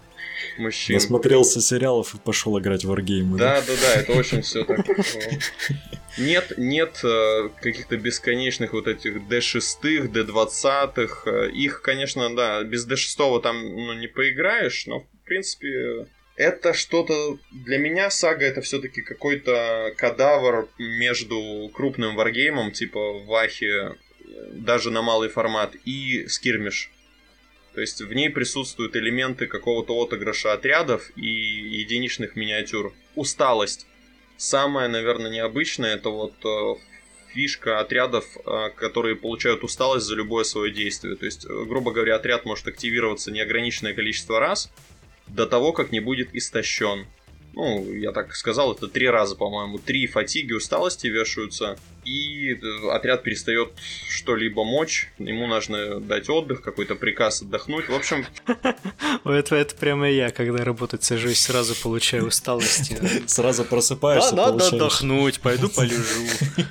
мужчин. Насмотрелся сериалов и пошел играть в варгеймы. Да, да, да, это очень все так. Нет, нет каких-то бесконечных вот этих ди шесть, ди двадцать. Их, конечно, да, без ди шесть там, ну, не поиграешь, но, в принципе, это что-то... Для меня сага это все-таки какой-то кадавр между крупным варгеймом, типа Вахи, даже на малый формат, и скирмиш. То есть в ней присутствуют элементы какого-то отыгрыша отрядов и единичных миниатюр. Усталость. Самое, наверное, необычное, это вот фишка отрядов, которые получают усталость за любое свое действие. То есть, грубо говоря, отряд может активироваться неограниченное количество раз до того, как не будет истощен. Ну, я так сказал, это три раза, по-моему. Три фатиги, усталости вешаются, и отряд перестает что-либо мочь. Ему нужно дать отдых, какой-то приказ отдохнуть. В общем... Это, это прямо я, когда работать сажусь, сразу получаю усталость. Сразу просыпаешься, да, надо отдохнуть, пойду полежу.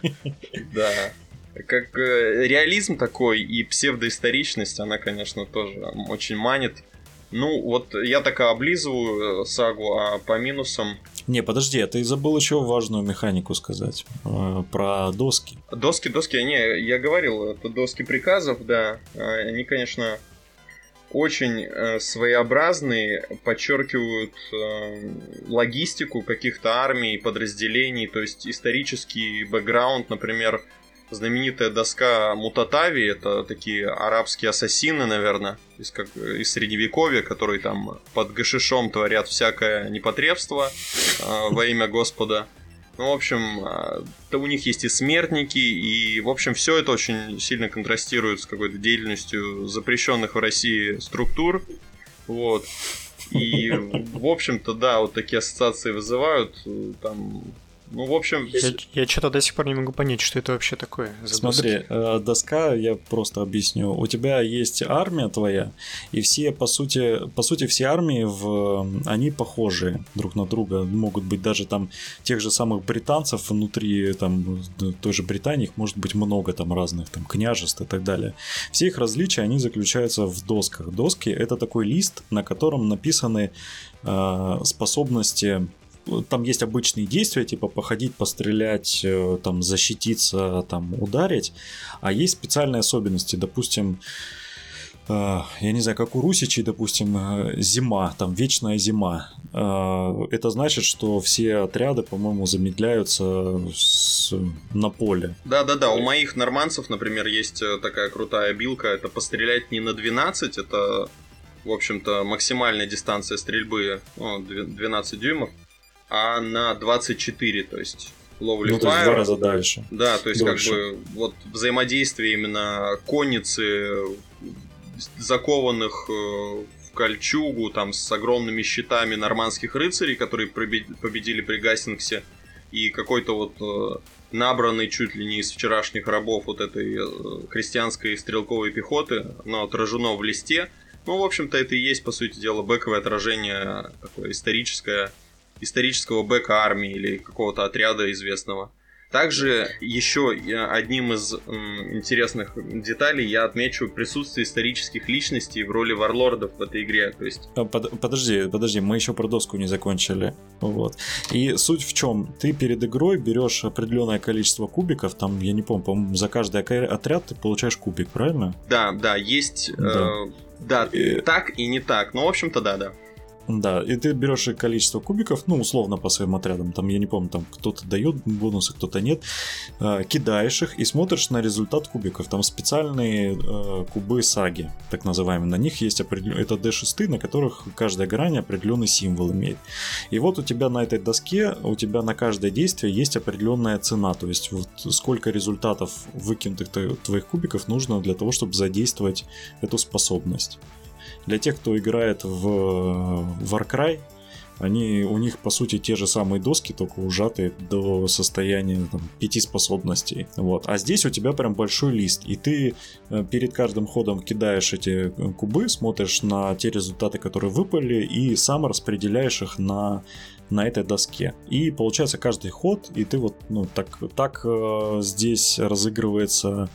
Да. Как реализм такой и псевдоисторичность, она, конечно, тоже очень манит. Ну, вот я так облизываю сагу, а по минусам... Не, подожди, а ты забыл еще важную механику сказать. Э, про доски. Доски, доски, не, я говорил, это доски приказов, да. Они, конечно, очень э, своеобразные, подчеркивают э, логистику каких-то армий, подразделений, то есть исторический бэкграунд, например... Знаменитая доска Мутатави, это такие арабские ассасины, наверное, из, как, из средневековья, которые там под гашишом творят всякое непотребство э, во имя Господа. Ну, в общем, э, то у них есть и смертники, и, в общем, все это очень сильно контрастирует с какой-то деятельностью запрещенных в России структур. Вот. И, в общем-то, да, вот такие ассоциации вызывают там... Ну, в общем... Я, я что-то до сих пор не могу понять, что это вообще такое за Смотри, доски. доска, я просто объясню. У тебя есть армия твоя, и все, по сути, по сути, все армии, в, они похожи друг на друга. Могут быть даже там тех же самых британцев внутри там, той же Британии, их может быть много там разных там княжеств и так далее. Все их различия, они заключаются в досках. Доски — это такой лист, на котором написаны э, способности... Там есть обычные действия, типа походить, пострелять, там, защититься, там, ударить. А есть специальные особенности. Допустим, я не знаю, как у русичей, допустим, зима, там, вечная зима. Это значит, что все отряды, по-моему, замедляются с... на поле. Да-да-да, у моих норманцев, например, есть такая крутая билка. Это пострелять не на двенадцать, это, в общем-то, максимальная дистанция стрельбы, ну, двенадцать дюймов. А на двадцать четыре, то есть ловли ну, фаер. Ну, то есть в два раза дальше. Да, то есть дольше. Как бы вот взаимодействие именно конницы, закованных в кольчугу, там с огромными щитами нормандских рыцарей, которые победили при Гастингсе, и какой-то вот набранный чуть ли не из вчерашних рабов вот этой христианской стрелковой пехоты, но отражено в листе. Ну, в общем-то, это и есть, по сути дела, бэковое отражение, такое историческое, исторического бэка армии или какого-то отряда известного. Также еще одним из м, интересных деталей я отмечу присутствие исторических личностей в роли варлордов в этой игре. То есть... Под, подожди, подожди, мы еще про доску не закончили. Вот. И суть в чем? Ты перед игрой берешь определенное количество кубиков, там, я не помню, по-моему, за каждый отряд ты получаешь кубик, правильно? Да, да, есть... Да, э, да и... так и не так, но в общем-то да, да. Да, и ты берешь количество кубиков, ну, условно по своим отрядам, там, я не помню, там кто-то дает бонусы, кто-то нет, э, кидаешь их и смотришь на результат кубиков. Там специальные э, кубы саги, так называемые, на них есть определенные, это ди шесть, на которых каждая грань определенный символ имеет. И вот у тебя на этой доске, у тебя на каждое действие есть определенная цена, то есть вот сколько результатов выкинутых твоих кубиков нужно для того, чтобы задействовать эту способность. Для тех, кто играет в Warcry, они, у них по сути те же самые доски, только ужатые до состояния там, пяти способностей. Вот. А здесь у тебя прям большой лист, и ты перед каждым ходом кидаешь эти кубы, смотришь на те результаты, которые выпали, и сам распределяешь их на, на этой доске. И получается каждый ход, и ты вот ну, так, так э, здесь разыгрывается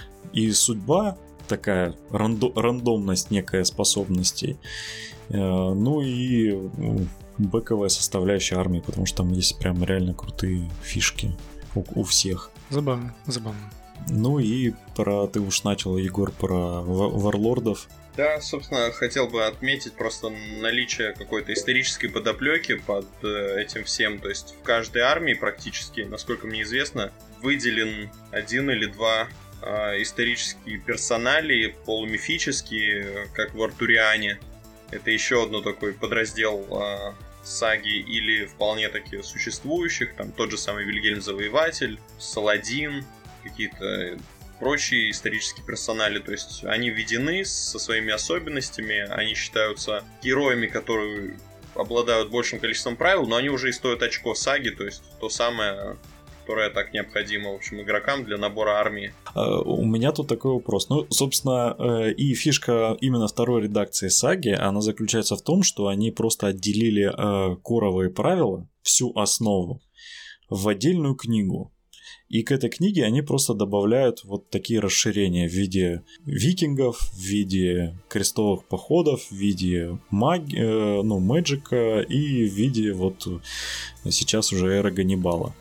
и судьба, такая рандо- рандомность некая способностей, э, ну и бэковая составляющая армии, потому что там есть прям реально крутые фишки у, у всех. Забавно, забавно. Ну и про, ты уж начал, Егор, про варлордов. Да, собственно, хотел бы отметить просто наличие какой-то исторической подоплеки под этим всем. То есть в каждой армии практически, насколько мне известно, выделен один или два э, исторические персоналии, полумифические, как в Артуриане. Это еще одно такой подраздел э, саги, или вполне таки существующих, там тот же самый Вильгельм Завоеватель, Саладин, какие-то прочие исторические персонали, то есть они введены со своими особенностями, они считаются героями, которые обладают большим количеством правил, но они уже и стоят очко саги, то есть то самое, которое так необходимо, в общем, игрокам для набора армии. У меня тут такой вопрос. Ну, собственно, и фишка именно второй редакции саги, она заключается в том, что они просто отделили коровые правила, всю основу, в отдельную книгу. И к этой книге они просто добавляют вот такие расширения в виде викингов, в виде крестовых походов, в виде маги, э, ну, мэджика и в виде вот сейчас уже эры Ганнибала.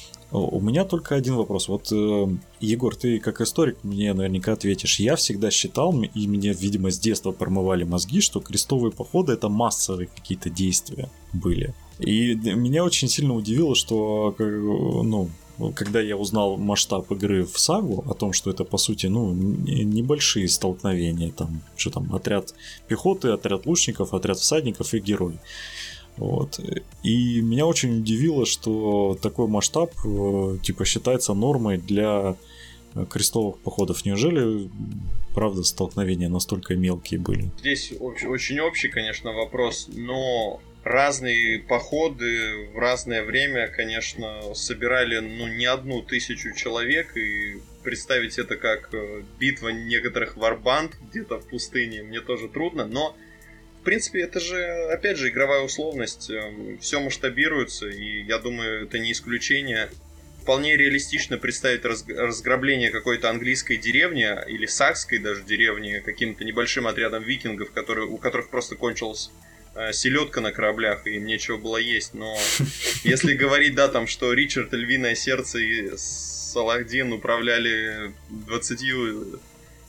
У меня только один вопрос. Вот, э, Егор, ты как историк мне наверняка ответишь. Я всегда считал, и мне, видимо, с детства промывали мозги, что крестовые походы — это массовые какие-то действия были. И меня очень сильно удивило, что, ну, когда я узнал масштаб игры в сагу, о том, что это, по сути, ну, небольшие столкновения, там, что там, отряд пехоты, отряд лучников, отряд всадников и герой. Вот. И меня очень удивило, что такой масштаб, типа, считается нормой для крестовых походов. Неужели, правда, столкновения настолько мелкие были? Здесь очень общий, конечно, вопрос, но разные походы в разное время, конечно, собирали, ну, не одну тысячу человек, и представить это как битва некоторых варбанд где-то в пустыне мне тоже трудно, но в принципе это же, опять же, игровая условность, все масштабируется, и я думаю, это не исключение. Вполне реалистично представить разграбление какой-то английской деревни или сакской даже деревни каким-то небольшим отрядом викингов, которые, у которых просто кончилась селедка на кораблях, и им нечего было есть. Но если говорить, да, там, что Ричард, Львиное Сердце и Саладин управляли двадцатью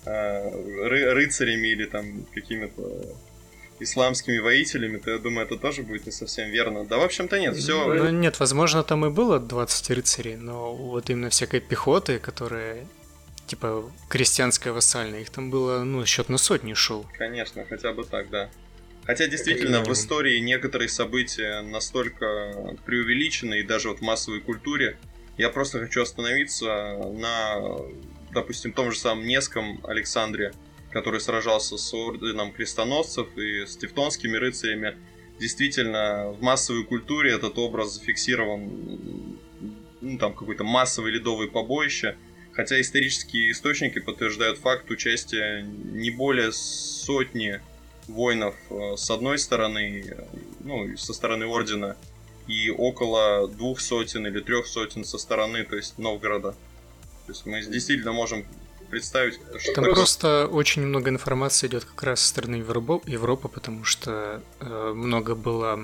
э, ры- рыцарями или там какими-то исламскими воителями, то я думаю, это тоже будет не совсем верно. Да, в общем-то, нет, все. Ну, нет, возможно, там и было двадцать рыцарей, но вот именно всякой пехоты, которая типа крестьянская вассальная, их там было, ну, счет на сотни шел. Конечно, хотя бы так, да. Хотя действительно в истории некоторые события настолько преувеличены, и даже вот в массовой культуре. Я просто хочу остановиться на, допустим, том же самом Невском Александре, который сражался с орденом крестоносцев и с тевтонскими рыцарями. Действительно, в массовой культуре этот образ зафиксирован, ну, там какое-то массовое ледовое побоище. Хотя исторические источники подтверждают факт участия не более сотни воинов с одной стороны, ну, со стороны ордена, и около двух сотен или трех сотен со стороны, то есть Новгорода. То есть мы действительно можем представить, что... Там просто очень много информации идет как раз со стороны Европы, потому что э, много было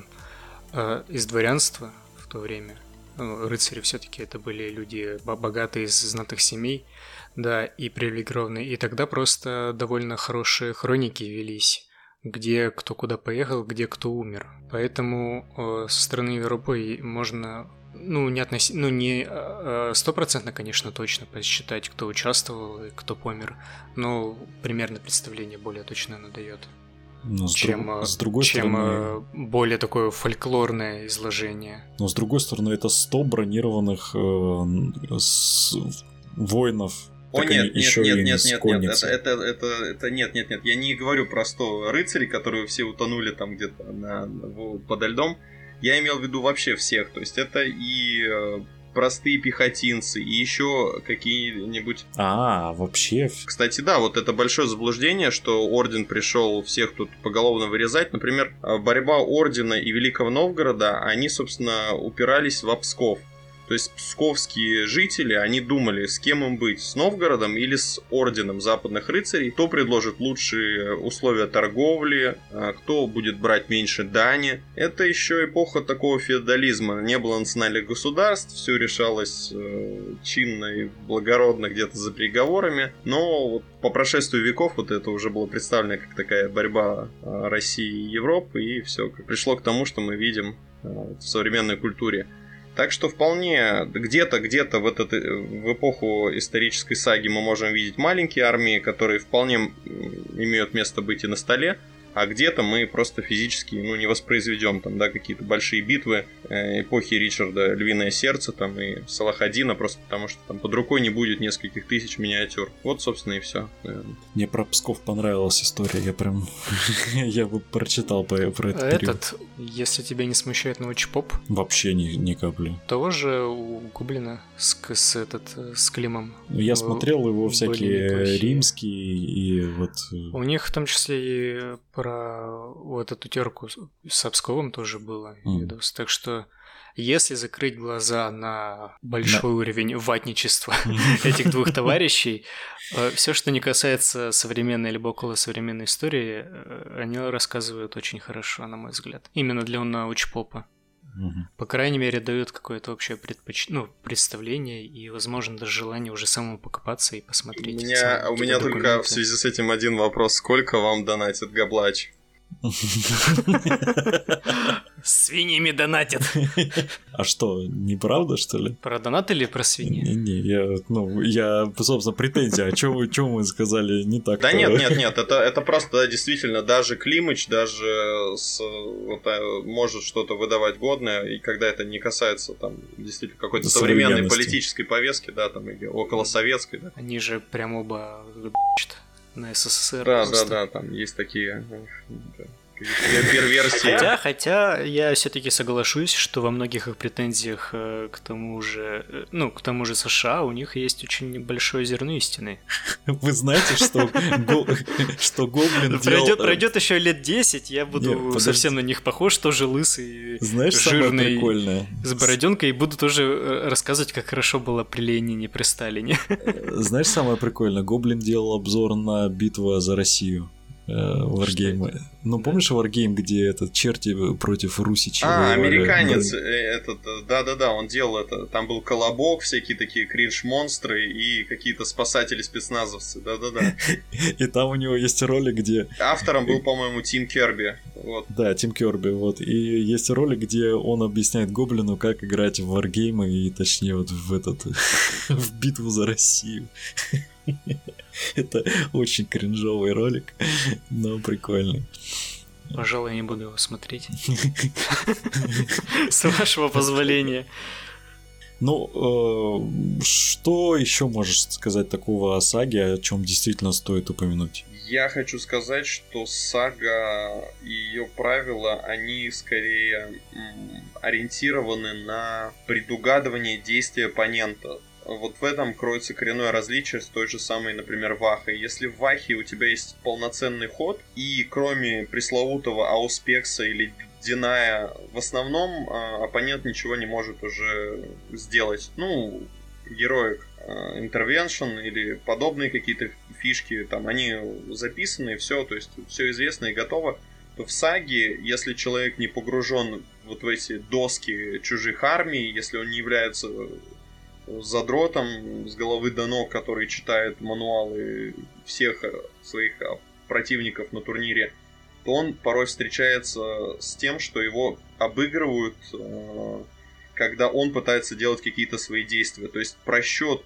э, из дворянства в то время. Ну, рыцари все-таки это были люди богатые из знатных семей, да, и привилегированные. И тогда просто довольно хорошие хроники велись, где кто куда поехал, где кто умер. Поэтому э, со стороны Европы можно, ну, не относи... ну, не стопроцентно, конечно, точно посчитать, кто участвовал и кто помер, но примерно представление более точно оно дает. Но чем, с, друг... с другой чем стороны... более такое фольклорное изложение. Но с другой стороны, это сто бронированных э, с... воинов. О, нет, нет, нет, нет, нет, нет, это, это, это, это, нет, нет, нет, я не говорю про сто рыцарей, которые все утонули там где-то на, подо льдом, я имел в виду вообще всех, то есть это и э, простые пехотинцы, и еще какие-нибудь... А, вообще... Кстати, да, вот это большое заблуждение, что орден пришел всех тут поголовно вырезать, например, борьба ордена и Великого Новгорода, они, собственно, упирались в Псков. То есть псковские жители, они думали, с кем им быть, с Новгородом или с орденом западных рыцарей, кто предложит лучшие условия торговли, кто будет брать меньше дани. Это еще эпоха такого феодализма, не было национальных государств, все решалось чинно и благородно где-то за переговорами, но вот по прошествию веков вот это уже было представлено как такая борьба России и Европы, и все пришло к тому, что мы видим в современной культуре. Так что вполне где-то, где-то в, этот, в эпоху исторической саги мы можем видеть маленькие армии, которые вполне имеют место быть и на столе, а где-то мы просто физически, ну, не воспроизведем там, да, какие-то большие битвы э, эпохи Ричарда «Львиное сердце» там и Салахадина, просто потому что там под рукой не будет нескольких тысяч миниатюр. Вот, собственно, и все. Мне про Псков понравилась история, я прям, я бы прочитал про, про этот период. Этот, если тебя не смущает научпоп, вообще ни, ни капли. Того же у Гоблина с, с, этот, с Климом. Я смотрел его всякие римские и вот... У них в том числе и про вот эту терку с Псковом тоже было mm. видос. Так что если закрыть глаза на большой на... уровень ватничества mm. этих двух товарищей, все, что не касается современной либо около современной истории, они рассказывают очень хорошо, на мой взгляд. Именно для научпопа. Угу. По крайней мере, дают какое-то общее предпоч... ну, представление и, возможно, даже желание уже самому покопаться и посмотреть. У меня, у меня только в связи с этим один вопрос. Сколько вам донатит Габлач? Свиньями донатят. А что, неправда, что ли? Про донат или про свиньи? Не-не, я, ну, я, собственно, претензия. А что мы сказали не так? Да нет, нет, нет, это, это просто, да, действительно, даже Климыч, даже с, вот, может что-то выдавать годное, и когда это не касается, там, действительно, какой-то современной политической повестки, да, там, или околосоветской, да. Они же прям оба на СССР. Да, просто. да, да, там есть такие... перверсии. Хотя, хотя я все-таки соглашусь, что во многих их претензиях э, к тому же, ну, к тому же США у них есть очень большое зерно истины. Вы знаете, что что Гоблин делал... Пройдет еще лет десять, я буду совсем на них похож, тоже лысый, жирный, с бороденкой, и буду тоже рассказывать, как хорошо было при Ленине, при Сталине. Знаешь, самое прикольное? Гоблин делал обзор на битву за Россию. Варгейм. Ну, помнишь Варгейм, где этот черти против русичей? А, американец, этот, да-да-да, он делал это. Там был колобок, всякие такие кринж-монстры и какие-то спасатели-спецназовцы, да-да-да. И там у него есть ролик, где... Автором был, по-моему, Тим Керби. Вот. Да, Тим Керби, вот. И есть ролик, где он объясняет Гоблину, как играть в Варгеймы, и точнее вот в этот... в битву за Россию. Это очень кринжовый ролик, но прикольный. Пожалуй, я не буду его смотреть. С вашего позволения. Ну, э, что еще можешь сказать такого о саге, о чем действительно стоит упомянуть? Я хочу сказать, что сага и ее правила, они скорее м, ориентированы на предугадывание действий оппонента. Вот в этом кроется коренное различие с той же самой, например, Вахой. Если в Вахе у тебя есть полноценный ход, и кроме пресловутого ауспекса или диная, в основном э, оппонент ничего не может уже сделать. Ну, героик интервеншн э, или подобные какие-то фишки, там, они записаны, все, то есть все известно и готово. То в саге, если человек не погружен вот в эти доски чужих армий, если он не является... задротом с головы до ног, который читает мануалы всех своих противников на турнире, то он порой встречается с тем, что его обыгрывают, когда он пытается делать какие-то свои действия. То есть просчет,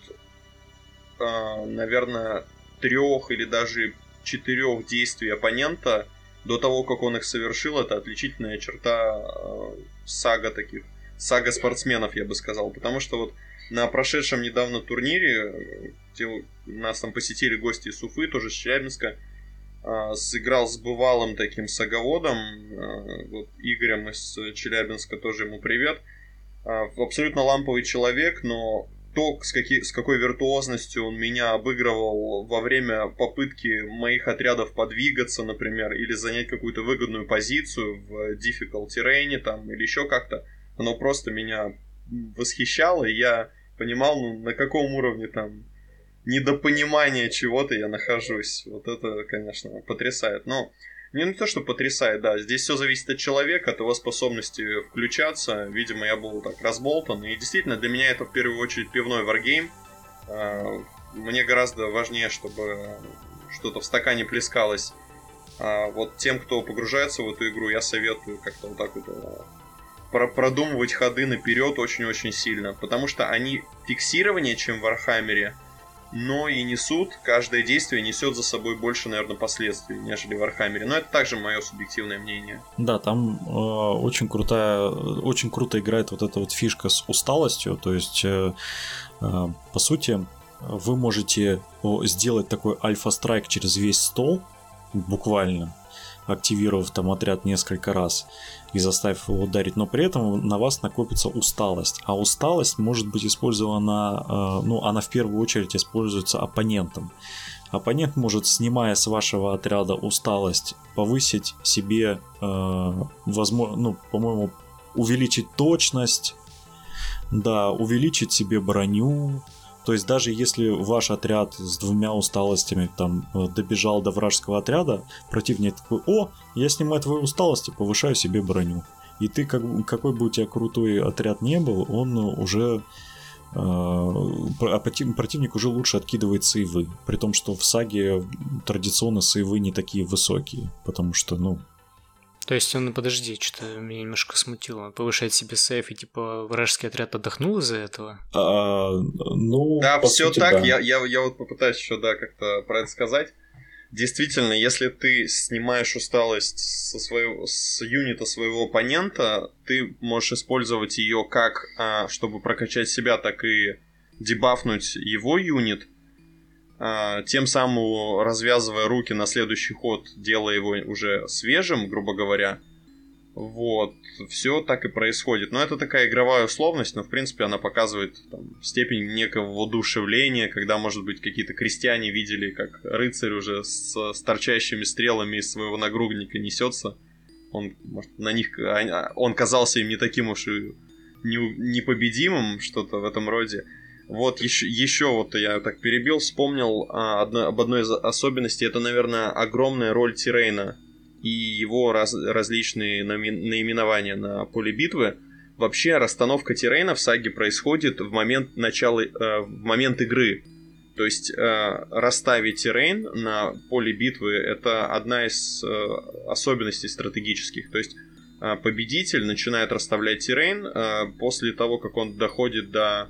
наверное, трех или даже четырех действий оппонента до того, как он их совершил, это отличительная черта сага таких, сага спортсменов, я бы сказал. Потому что вот на прошедшем недавно турнире, где нас там посетили гости из Уфы, тоже с Челябинска, сыграл с бывалым таким саговодом, вот Игорем из Челябинска, тоже ему привет. Абсолютно ламповый человек, но то, с, каки, с какой виртуозностью он меня обыгрывал во время попытки моих отрядов подвигаться, например, или занять какую-то выгодную позицию в difficult terrain там, или еще как-то, оно просто меня восхищало, и я понимал, ну, на каком уровне там недопонимания чего-то я нахожусь. Вот это, конечно, потрясает. Но не, не то, что потрясает, да, здесь все зависит от человека, от его способности включаться. Видимо, я был так разболтан. И действительно, для меня это в первую очередь пивной варгейм. Мне гораздо важнее, чтобы что-то в стакане плескалось. Вот тем, кто погружается в эту игру, я советую как-то вот так вот про- продумывать ходы наперед очень-очень сильно, потому что они фиксированнее, чем в Вархаммере, но и несут, каждое действие несет за собой больше, наверное, последствий, нежели в Вархаммере. Но это также мое субъективное мнение. Да, там э, очень крутая, очень круто играет вот эта вот фишка с усталостью. То есть, э, э, по сути, вы можете сделать такой альфа-страйк через весь стол, буквально, активировав там отряд несколько раз и заставив его ударить, но при этом на вас накопится усталость. А усталость может быть использована, э, ну, она в первую очередь используется оппонентом. Оппонент может, снимая с вашего отряда усталость, повысить себе, э, возможно, ну, по-моему, увеличить точность, да, увеличить себе броню. То есть даже если ваш отряд с двумя усталостями там добежал до вражеского отряда, противник такой: о, я снимаю твою усталость и повышаю себе броню. И ты, как, какой бы у тебя крутой отряд не был, он уже... Э, противник уже лучше откидывает сейвы. При том, что в саге традиционно сейвы не такие высокие. Потому что, ну... То есть он, подожди, что-то меня немножко смутило. Повышает себе сейф, и типа вражеский отряд отдохнул из-за этого? А, ну, да, все сути, так. Да. Я, я, я вот попытаюсь еще, да, как-то про это сказать. Действительно, если ты снимаешь усталость со своего, с юнита своего оппонента, ты можешь использовать ее как, а, чтобы прокачать себя, так и дебафнуть его юнит, а, тем самым развязывая руки на следующий ход, делая его уже свежим, грубо говоря. Вот, все так и происходит. Но это такая игровая условность, но в принципе она показывает там степень некого воодушевления, когда, может быть, какие-то крестьяне видели, как рыцарь уже с, с торчащими стрелами из своего нагрудника несется. Он, может, на них, он казался им не таким уж и непобедимым, что-то в этом роде. Вот еще, еще вот я так перебил, вспомнил а, одно, об одной из особенностей. Это, наверное, огромная роль Тирейна и его раз, различные наими, наименования на поле битвы. Вообще расстановка Тирейна в саге происходит в момент начала, э, в момент игры. То есть э, расставить Тирейн на поле битвы — это одна из э, особенностей стратегических. То есть э, победитель начинает расставлять Тирейн э, после того, как он доходит до...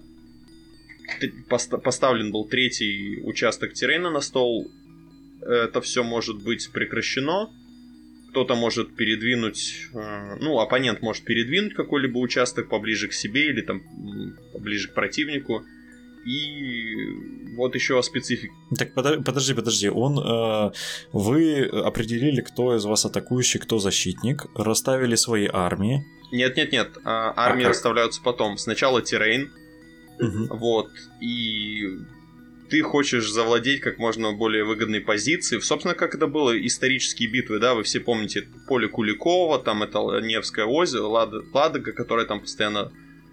Поставлен был третий участок Тирейна на стол. Это все может быть прекращено. Кто-то может передвинуть, ну, оппонент может передвинуть какой-либо участок поближе к себе или там поближе к противнику. И вот еще о специфике. Так, подожди, подожди. Он, э, вы определили, кто из вас атакующий, кто защитник, расставили свои армии. Нет-нет-нет, армии а расставляются потом. Сначала Тирейн. Угу. Вот, и ты хочешь завладеть как можно более выгодной позицией. Собственно, как это было, исторические битвы, да, вы все помните поле Куликова, там это Невское озеро, Лад... Ладога, которая там постоянно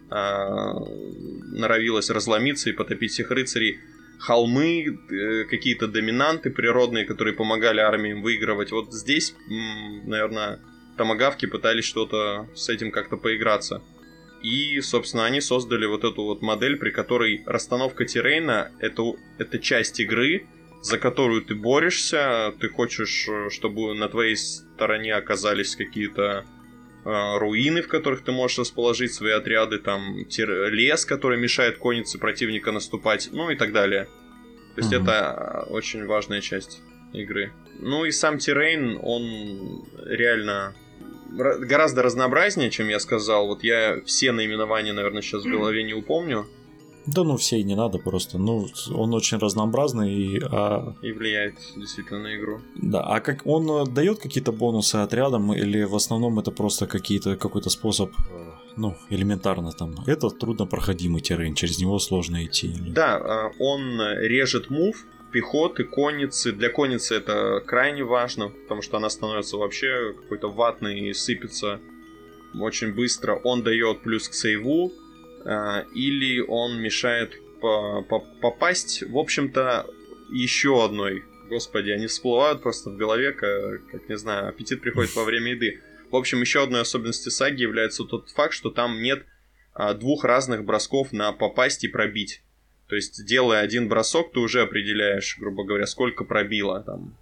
э, норовилась разломиться и потопить всех рыцарей. Холмы, э, какие-то доминанты природные, которые помогали армиям выигрывать. Вот здесь, м, наверное, томагавки пытались что-то с этим как-то поиграться. И, собственно, они создали вот эту вот модель, при которой расстановка Тирейна — это, это часть игры, за которую ты борешься. Ты хочешь, чтобы на твоей стороне оказались какие-то э, руины, в которых ты можешь расположить свои отряды, там тир, лес, который мешает коннице противника наступать, ну и так далее. То есть mm-hmm. это очень важная часть игры. Ну и сам Тирейн, он реально... гораздо разнообразнее, чем я сказал. Вот я все наименования, наверное, сейчас в голове не упомню. Да ну все и не надо просто. Ну, он очень разнообразный и... А... И влияет действительно на игру. Да, а как он дает какие-то бонусы отрядам, или в основном это просто какие-то, какой-то способ, ну, элементарно там. Это труднопроходимый террейн, через него сложно идти. Да, он режет мув пехоты, конницы. Для конницы это крайне важно, потому что она становится вообще какой-то ватной и сыпется очень быстро. Он дает плюс к сейву, э, или он мешает по- по- попасть. В общем-то, еще одной. Господи, они всплывают просто в голове, как, как не знаю, аппетит приходит во время еды. В общем, еще одной особенностью саги является тот факт, что там нет а, двух разных бросков на попасть и пробить. То есть, делая один бросок, ты уже определяешь, грубо говоря, сколько пробило там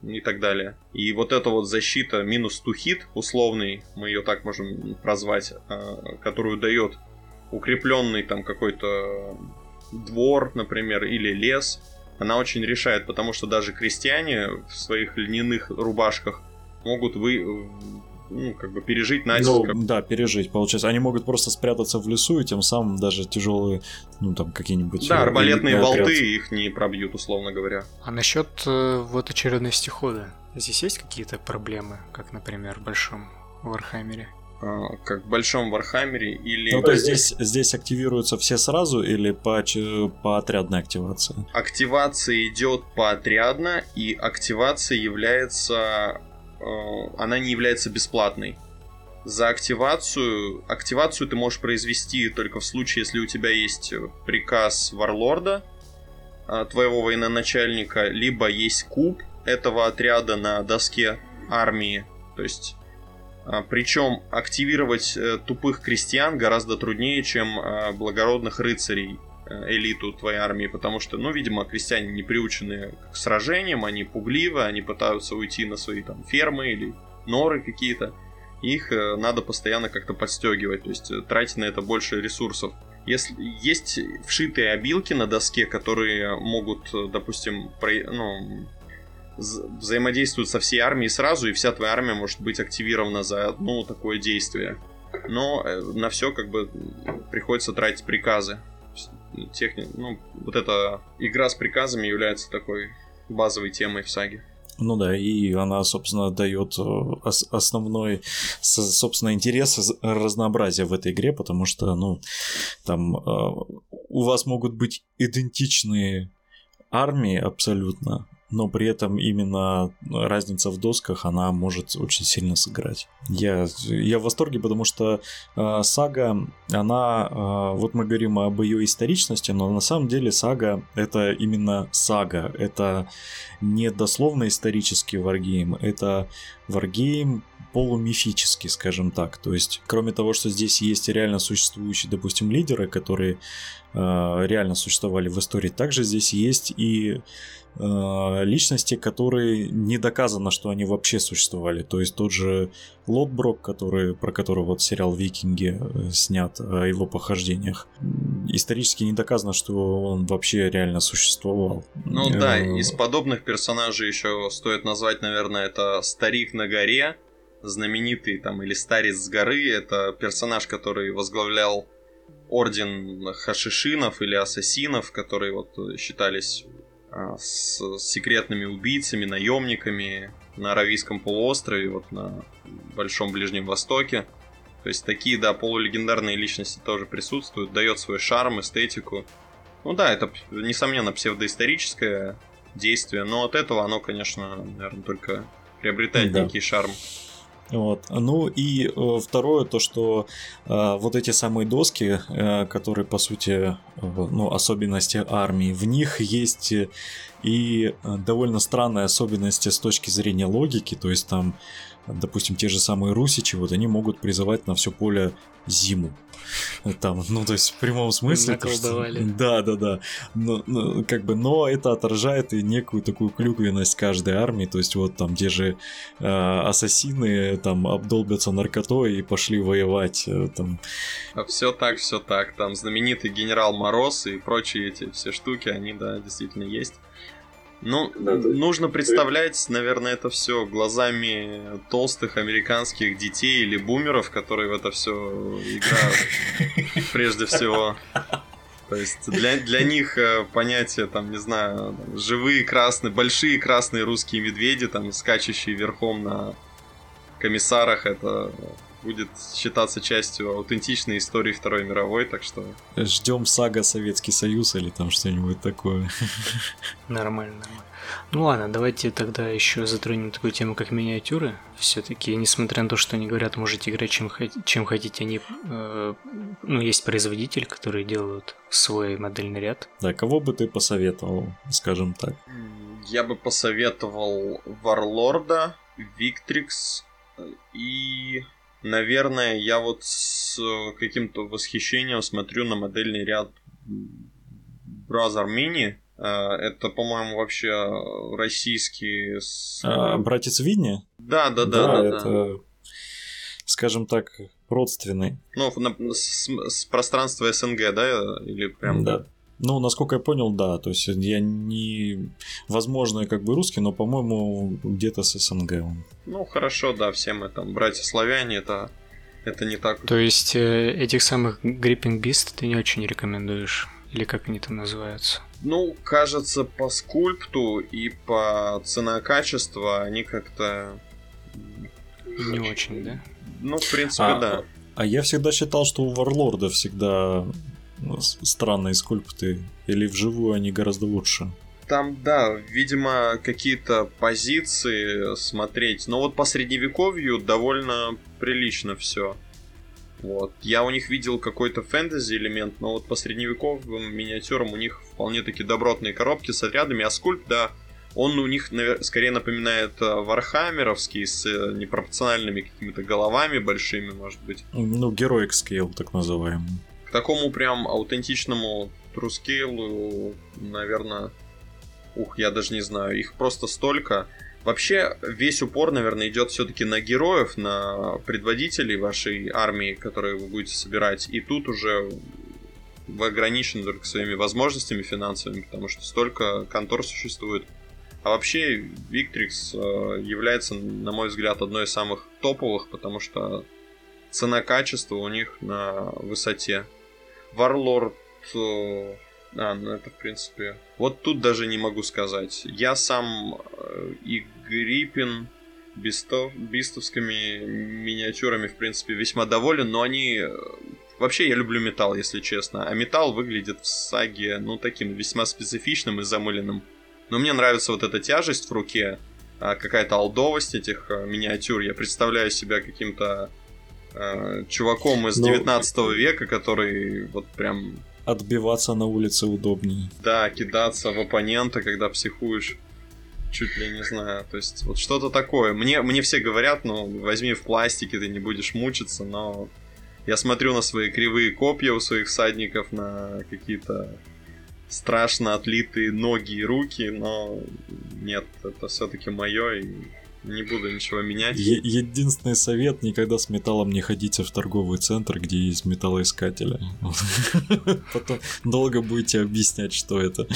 и так далее. И вот эта вот защита минус two хит, условный, мы ее так можем прозвать, которую дает укрепленный там какой-то двор, например, или лес, она очень решает, потому что даже крестьяне в своих льняных рубашках могут вы, ну, как бы пережить натиск. Ну, да, пережить, получается. Они могут просто спрятаться в лесу, и тем самым даже тяжелые, ну, там, какие-нибудь... Да, арбалетные болты их не пробьют, условно говоря. А насчет э, вот очередности хода, здесь есть какие-то проблемы, как, например, в большом Вархаммере? А, как в большом Вархаммере или... Ну, то есть здесь, здесь активируются все сразу или по, по отрядной активации? Активация идет поотрядно, и активация является... она не является бесплатной. За активацию... Активацию ты можешь произвести только в случае, если у тебя есть приказ варлорда, твоего военачальника, либо есть куб этого отряда на доске армии. То есть... Причем активировать тупых крестьян гораздо труднее, чем благородных рыцарей, элиту твоей армии, потому что, ну, видимо, крестьяне не приучены к сражениям, они пугливы, они пытаются уйти на свои там фермы или норы какие-то. Их надо постоянно как-то подстегивать, то есть тратить на это больше ресурсов. Если есть вшитые обилки на доске, которые могут, допустим, про, ну, взаимодействуют со всей армией сразу, и вся твоя армия может быть активирована за одно такое действие. Но на все как бы приходится тратить приказы. Техни... Ну, вот эта игра с приказами является такой базовой темой в саге. Ну да, и она, собственно, дает основной, собственно, интерес, разнообразие в этой игре, потому что, ну, там у вас могут быть идентичные армии абсолютно, но при этом именно разница в досках, она может очень сильно сыграть. Я, я в восторге, потому что э, сага, она, э, вот мы говорим об ее историчности, но на самом деле сага — это именно сага, это не дословно исторический варгейм, это варгейм полумифический, скажем так. То есть, кроме того, что здесь есть реально существующие, допустим, лидеры, которые э, реально существовали в истории, также здесь есть и личности, которые не доказано, что они вообще существовали. То есть тот же Лотброк, который, про которого вот сериал «Викинги» снят, о его похождениях. Исторически не доказано, что он вообще реально существовал. Ну да, из подобных персонажей еще стоит назвать, наверное, это Старик на горе, знаменитый там, или Старец с горы. Это персонаж, который возглавлял орден хашишинов или ассасинов, которые вот считались с секретными убийцами, наемниками на Аравийском полуострове, вот на Большом Ближнем Востоке. То есть такие, да, полулегендарные личности тоже присутствуют, дает свой шарм, эстетику. Ну да, это, несомненно, псевдоисторическое действие, но от этого оно, конечно, наверное, только приобретает да. некий шарм. Вот. Ну и э, второе, то что э, вот эти самые доски, э, которые по сути, э, ну, особенности армии, в них есть и довольно странные особенности с точки зрения логики, то есть там, допустим, те же самые русичи, вот они могут призывать на все поле зиму. Там, ну, то есть в прямом смысле. То, что... Да, да, да. Но, ну, как бы, но это отражает и некую такую клюквенность каждой армии. То есть вот там те же э, ассасины там обдолбятся наркотой и пошли воевать. Э, там. А все так, все так. Там знаменитый генерал Мороз и прочие эти все штуки, они, да, действительно есть. Ну, да, нужно представлять, наверное, это все глазами толстых американских детей или бумеров, которые в это все играют, прежде всего. То есть для, для них понятие, там, не знаю, живые красные, большие красные русские медведи, там, скачущие верхом на комиссарах, это будет считаться частью аутентичной истории Второй мировой, так что... Ждем сага Советский Союз или там что-нибудь такое. Нормально, нормально. Ну ладно, давайте тогда еще затронем такую тему, как миниатюры. Все-таки, несмотря на то, что они говорят, можете играть чем, чем хотите, они, э, ну, есть производители, которые делают свой модельный ряд. Да, кого бы ты посоветовал, скажем так? Я бы посоветовал Варлорда, Виктрикс и... Наверное, я вот с каким-то восхищением смотрю на модельный ряд Brother Mini, Это, по-моему, вообще российский... А, братец Винни? Да, да, да. Да, да это, да. скажем так, родственный. Ну, на, с, с пространства СНГ, да? Или прям... Да. Ну, насколько я понял, да. То есть я не... Возможно, как бы русский, но, по-моему, где-то с СНГ он. Ну, хорошо, да, все мы там братья-славяне, это... Это не так. То есть э, этих самых Gripping Beast ты не очень рекомендуешь? Или как они там называются? Ну, кажется, по скульпту и по цена-качество они как-то... Не очень, да? Ну, в принципе, а, да. А я всегда считал, что у Варлорда всегда странные скульпты. Или вживую они гораздо лучше. Там, да, видимо, какие-то позиции смотреть. Но вот по средневековью довольно прилично все. Вот. Я у них видел какой-то фэнтези элемент, но вот по средневековым миниатюрам у них вполне таки добротные коробки с отрядами, а скульпт, да, он у них навер- скорее напоминает вархаммеровский с непропорциональными какими-то головами большими, может быть. Ну, Heroic Scale, так называемый. К такому прям аутентичному трускейлу, наверное... Ух, я даже не знаю, их просто столько. Вообще, весь упор, наверное, идет все-таки на героев, на предводителей вашей армии, которые вы будете собирать. И тут уже вы ограничены только своими возможностями финансовыми, потому что столько контор существует. А вообще, Victrix является, на мой взгляд, одной из самых топовых, потому что цена-качество у них на высоте. Warlord... А, ну это в принципе... Вот тут даже не могу сказать. Я сам э, и Гриппин бистов, бистовскими миниатюрами, в принципе, весьма доволен, но они... Вообще я люблю металл, если честно. А металл выглядит в саге, ну, таким весьма специфичным и замыленным. Но мне нравится вот эта тяжесть в руке, какая-то олдовость этих миниатюр. Я представляю себя каким-то э, чуваком из девятнадцатого века, который вот прям... Отбиваться на улице удобнее. Да, кидаться в оппонента, когда психуешь. Чуть ли не знаю. То есть, вот что-то такое. Мне, мне все говорят, ну, возьми в пластике, ты не будешь мучиться, но я смотрю на свои кривые копья у своих всадников, на какие-то страшно отлитые ноги и руки, но нет, это все-таки мое, и не буду ничего менять. Е- единственный совет: никогда с металлом не ходите в торговый центр, где есть металлоискатели. Потом долго будете объяснять, что это.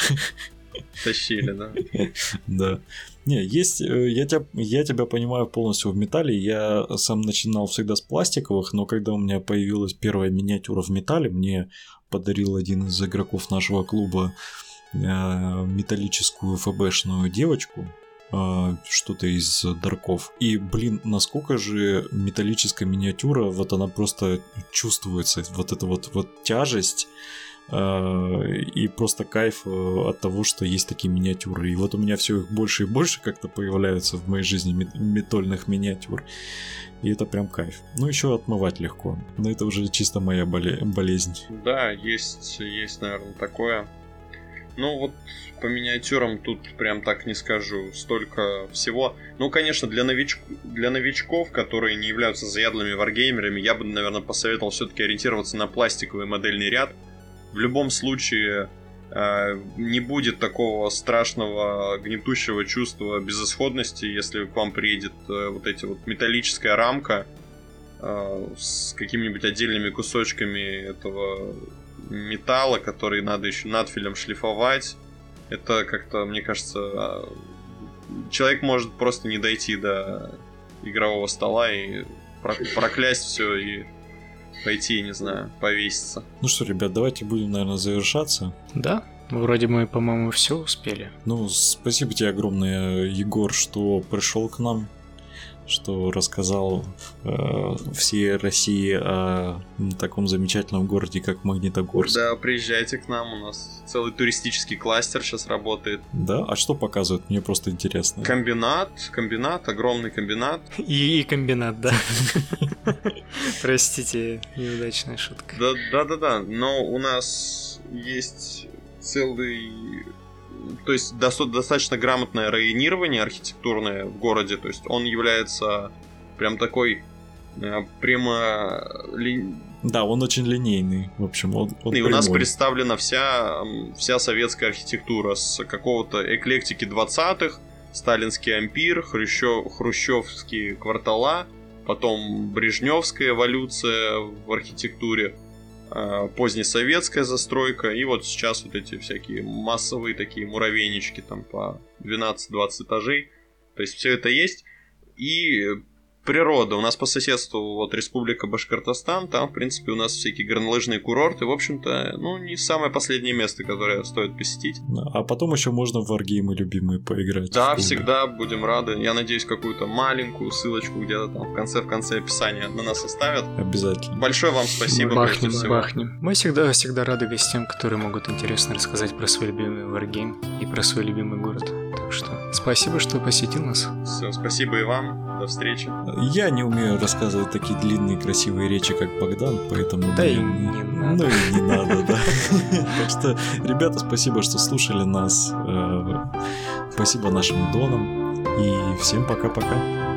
Тащили, да? Да. Не, есть, я тебя, я тебя понимаю полностью в металле. Я сам начинал всегда с пластиковых, но когда у меня появилась первая миниатюра в металле, мне подарил один из игроков нашего клуба э, металлическую ФБшную девочку, э, что-то из Дарков. И, блин, насколько же металлическая миниатюра, вот она просто чувствуется, вот эта вот, вот тяжесть. И просто кайф от того, что есть такие миниатюры. И вот у меня все их больше и больше как-то появляются в моей жизни метольных миниатюр. И это прям кайф. Ну, еще отмывать легко. Но это уже чисто моя боле- болезнь. Да, есть, есть, наверное, такое. Ну, вот по миниатюрам тут прям так не скажу. Столько всего. Ну, конечно, для, нович... для новичков, которые не являются заядлыми варгеймерами, я бы, наверное, посоветовал все-таки ориентироваться на пластиковый модельный ряд. В любом случае э, не будет такого страшного гнетущего чувства безысходности, если к вам приедет э, вот эти вот металлическая рамка э, с какими-нибудь отдельными кусочками этого металла, который надо еще надфилем шлифовать. Это как-то, мне кажется, человек может просто не дойти до игрового стола и проклясть все и пойти, не знаю, повеситься. Ну что, ребят, давайте будем, наверное, завершаться. Да, вроде мы, по-моему, все успели. Ну, спасибо тебе огромное, Егор, что пришел к нам, что рассказал э, всей России о таком замечательном городе, как Магнитогорск. Да, приезжайте к нам, у нас целый туристический кластер сейчас работает. Да? А что показывают? Мне просто интересно. Комбинат, комбинат, огромный комбинат. И, и комбинат, да. Простите, неудачная шутка. Да, да, да, да. Но у нас есть целый, то есть достаточно грамотное районирование архитектурное в городе. То есть он является прям такой прямо ли... Да, он очень линейный, в общем, он, он И прямой. у нас представлена вся, вся советская архитектура с какого-то эклектики двадцатых, сталинский ампир, хрущев, хрущевские квартала, потом брежневская эволюция в архитектуре, позднесоветская застройка, и вот сейчас вот эти всякие массовые такие муравейнички там по двенадцать-двадцать этажей. То есть все это есть. И природа. У нас по соседству вот Республика Башкортостан, там, в принципе, у нас всякие горнолыжные курорты. В общем-то, ну, не самое последнее место, которое стоит посетить. А потом еще можно в варгеймы любимые поиграть. Да, всегда будем рады. Я надеюсь, какую-то маленькую ссылочку где-то там в конце, в конце описания на нас оставят. Обязательно. Большое вам спасибо. Бахнем, бахнем. Мы всегда, всегда рады гостям, которые могут интересно рассказать про свой любимый варгейм и про свой любимый город. Так что спасибо, что посетил нас. Все, спасибо и вам. До встречи. Я не умею рассказывать такие длинные красивые речи, как Богдан, поэтому... Да и блин, не надо. Ну и не надо, да. Так что, ребята, спасибо, что слушали нас. Спасибо нашим донам. И всем пока-пока.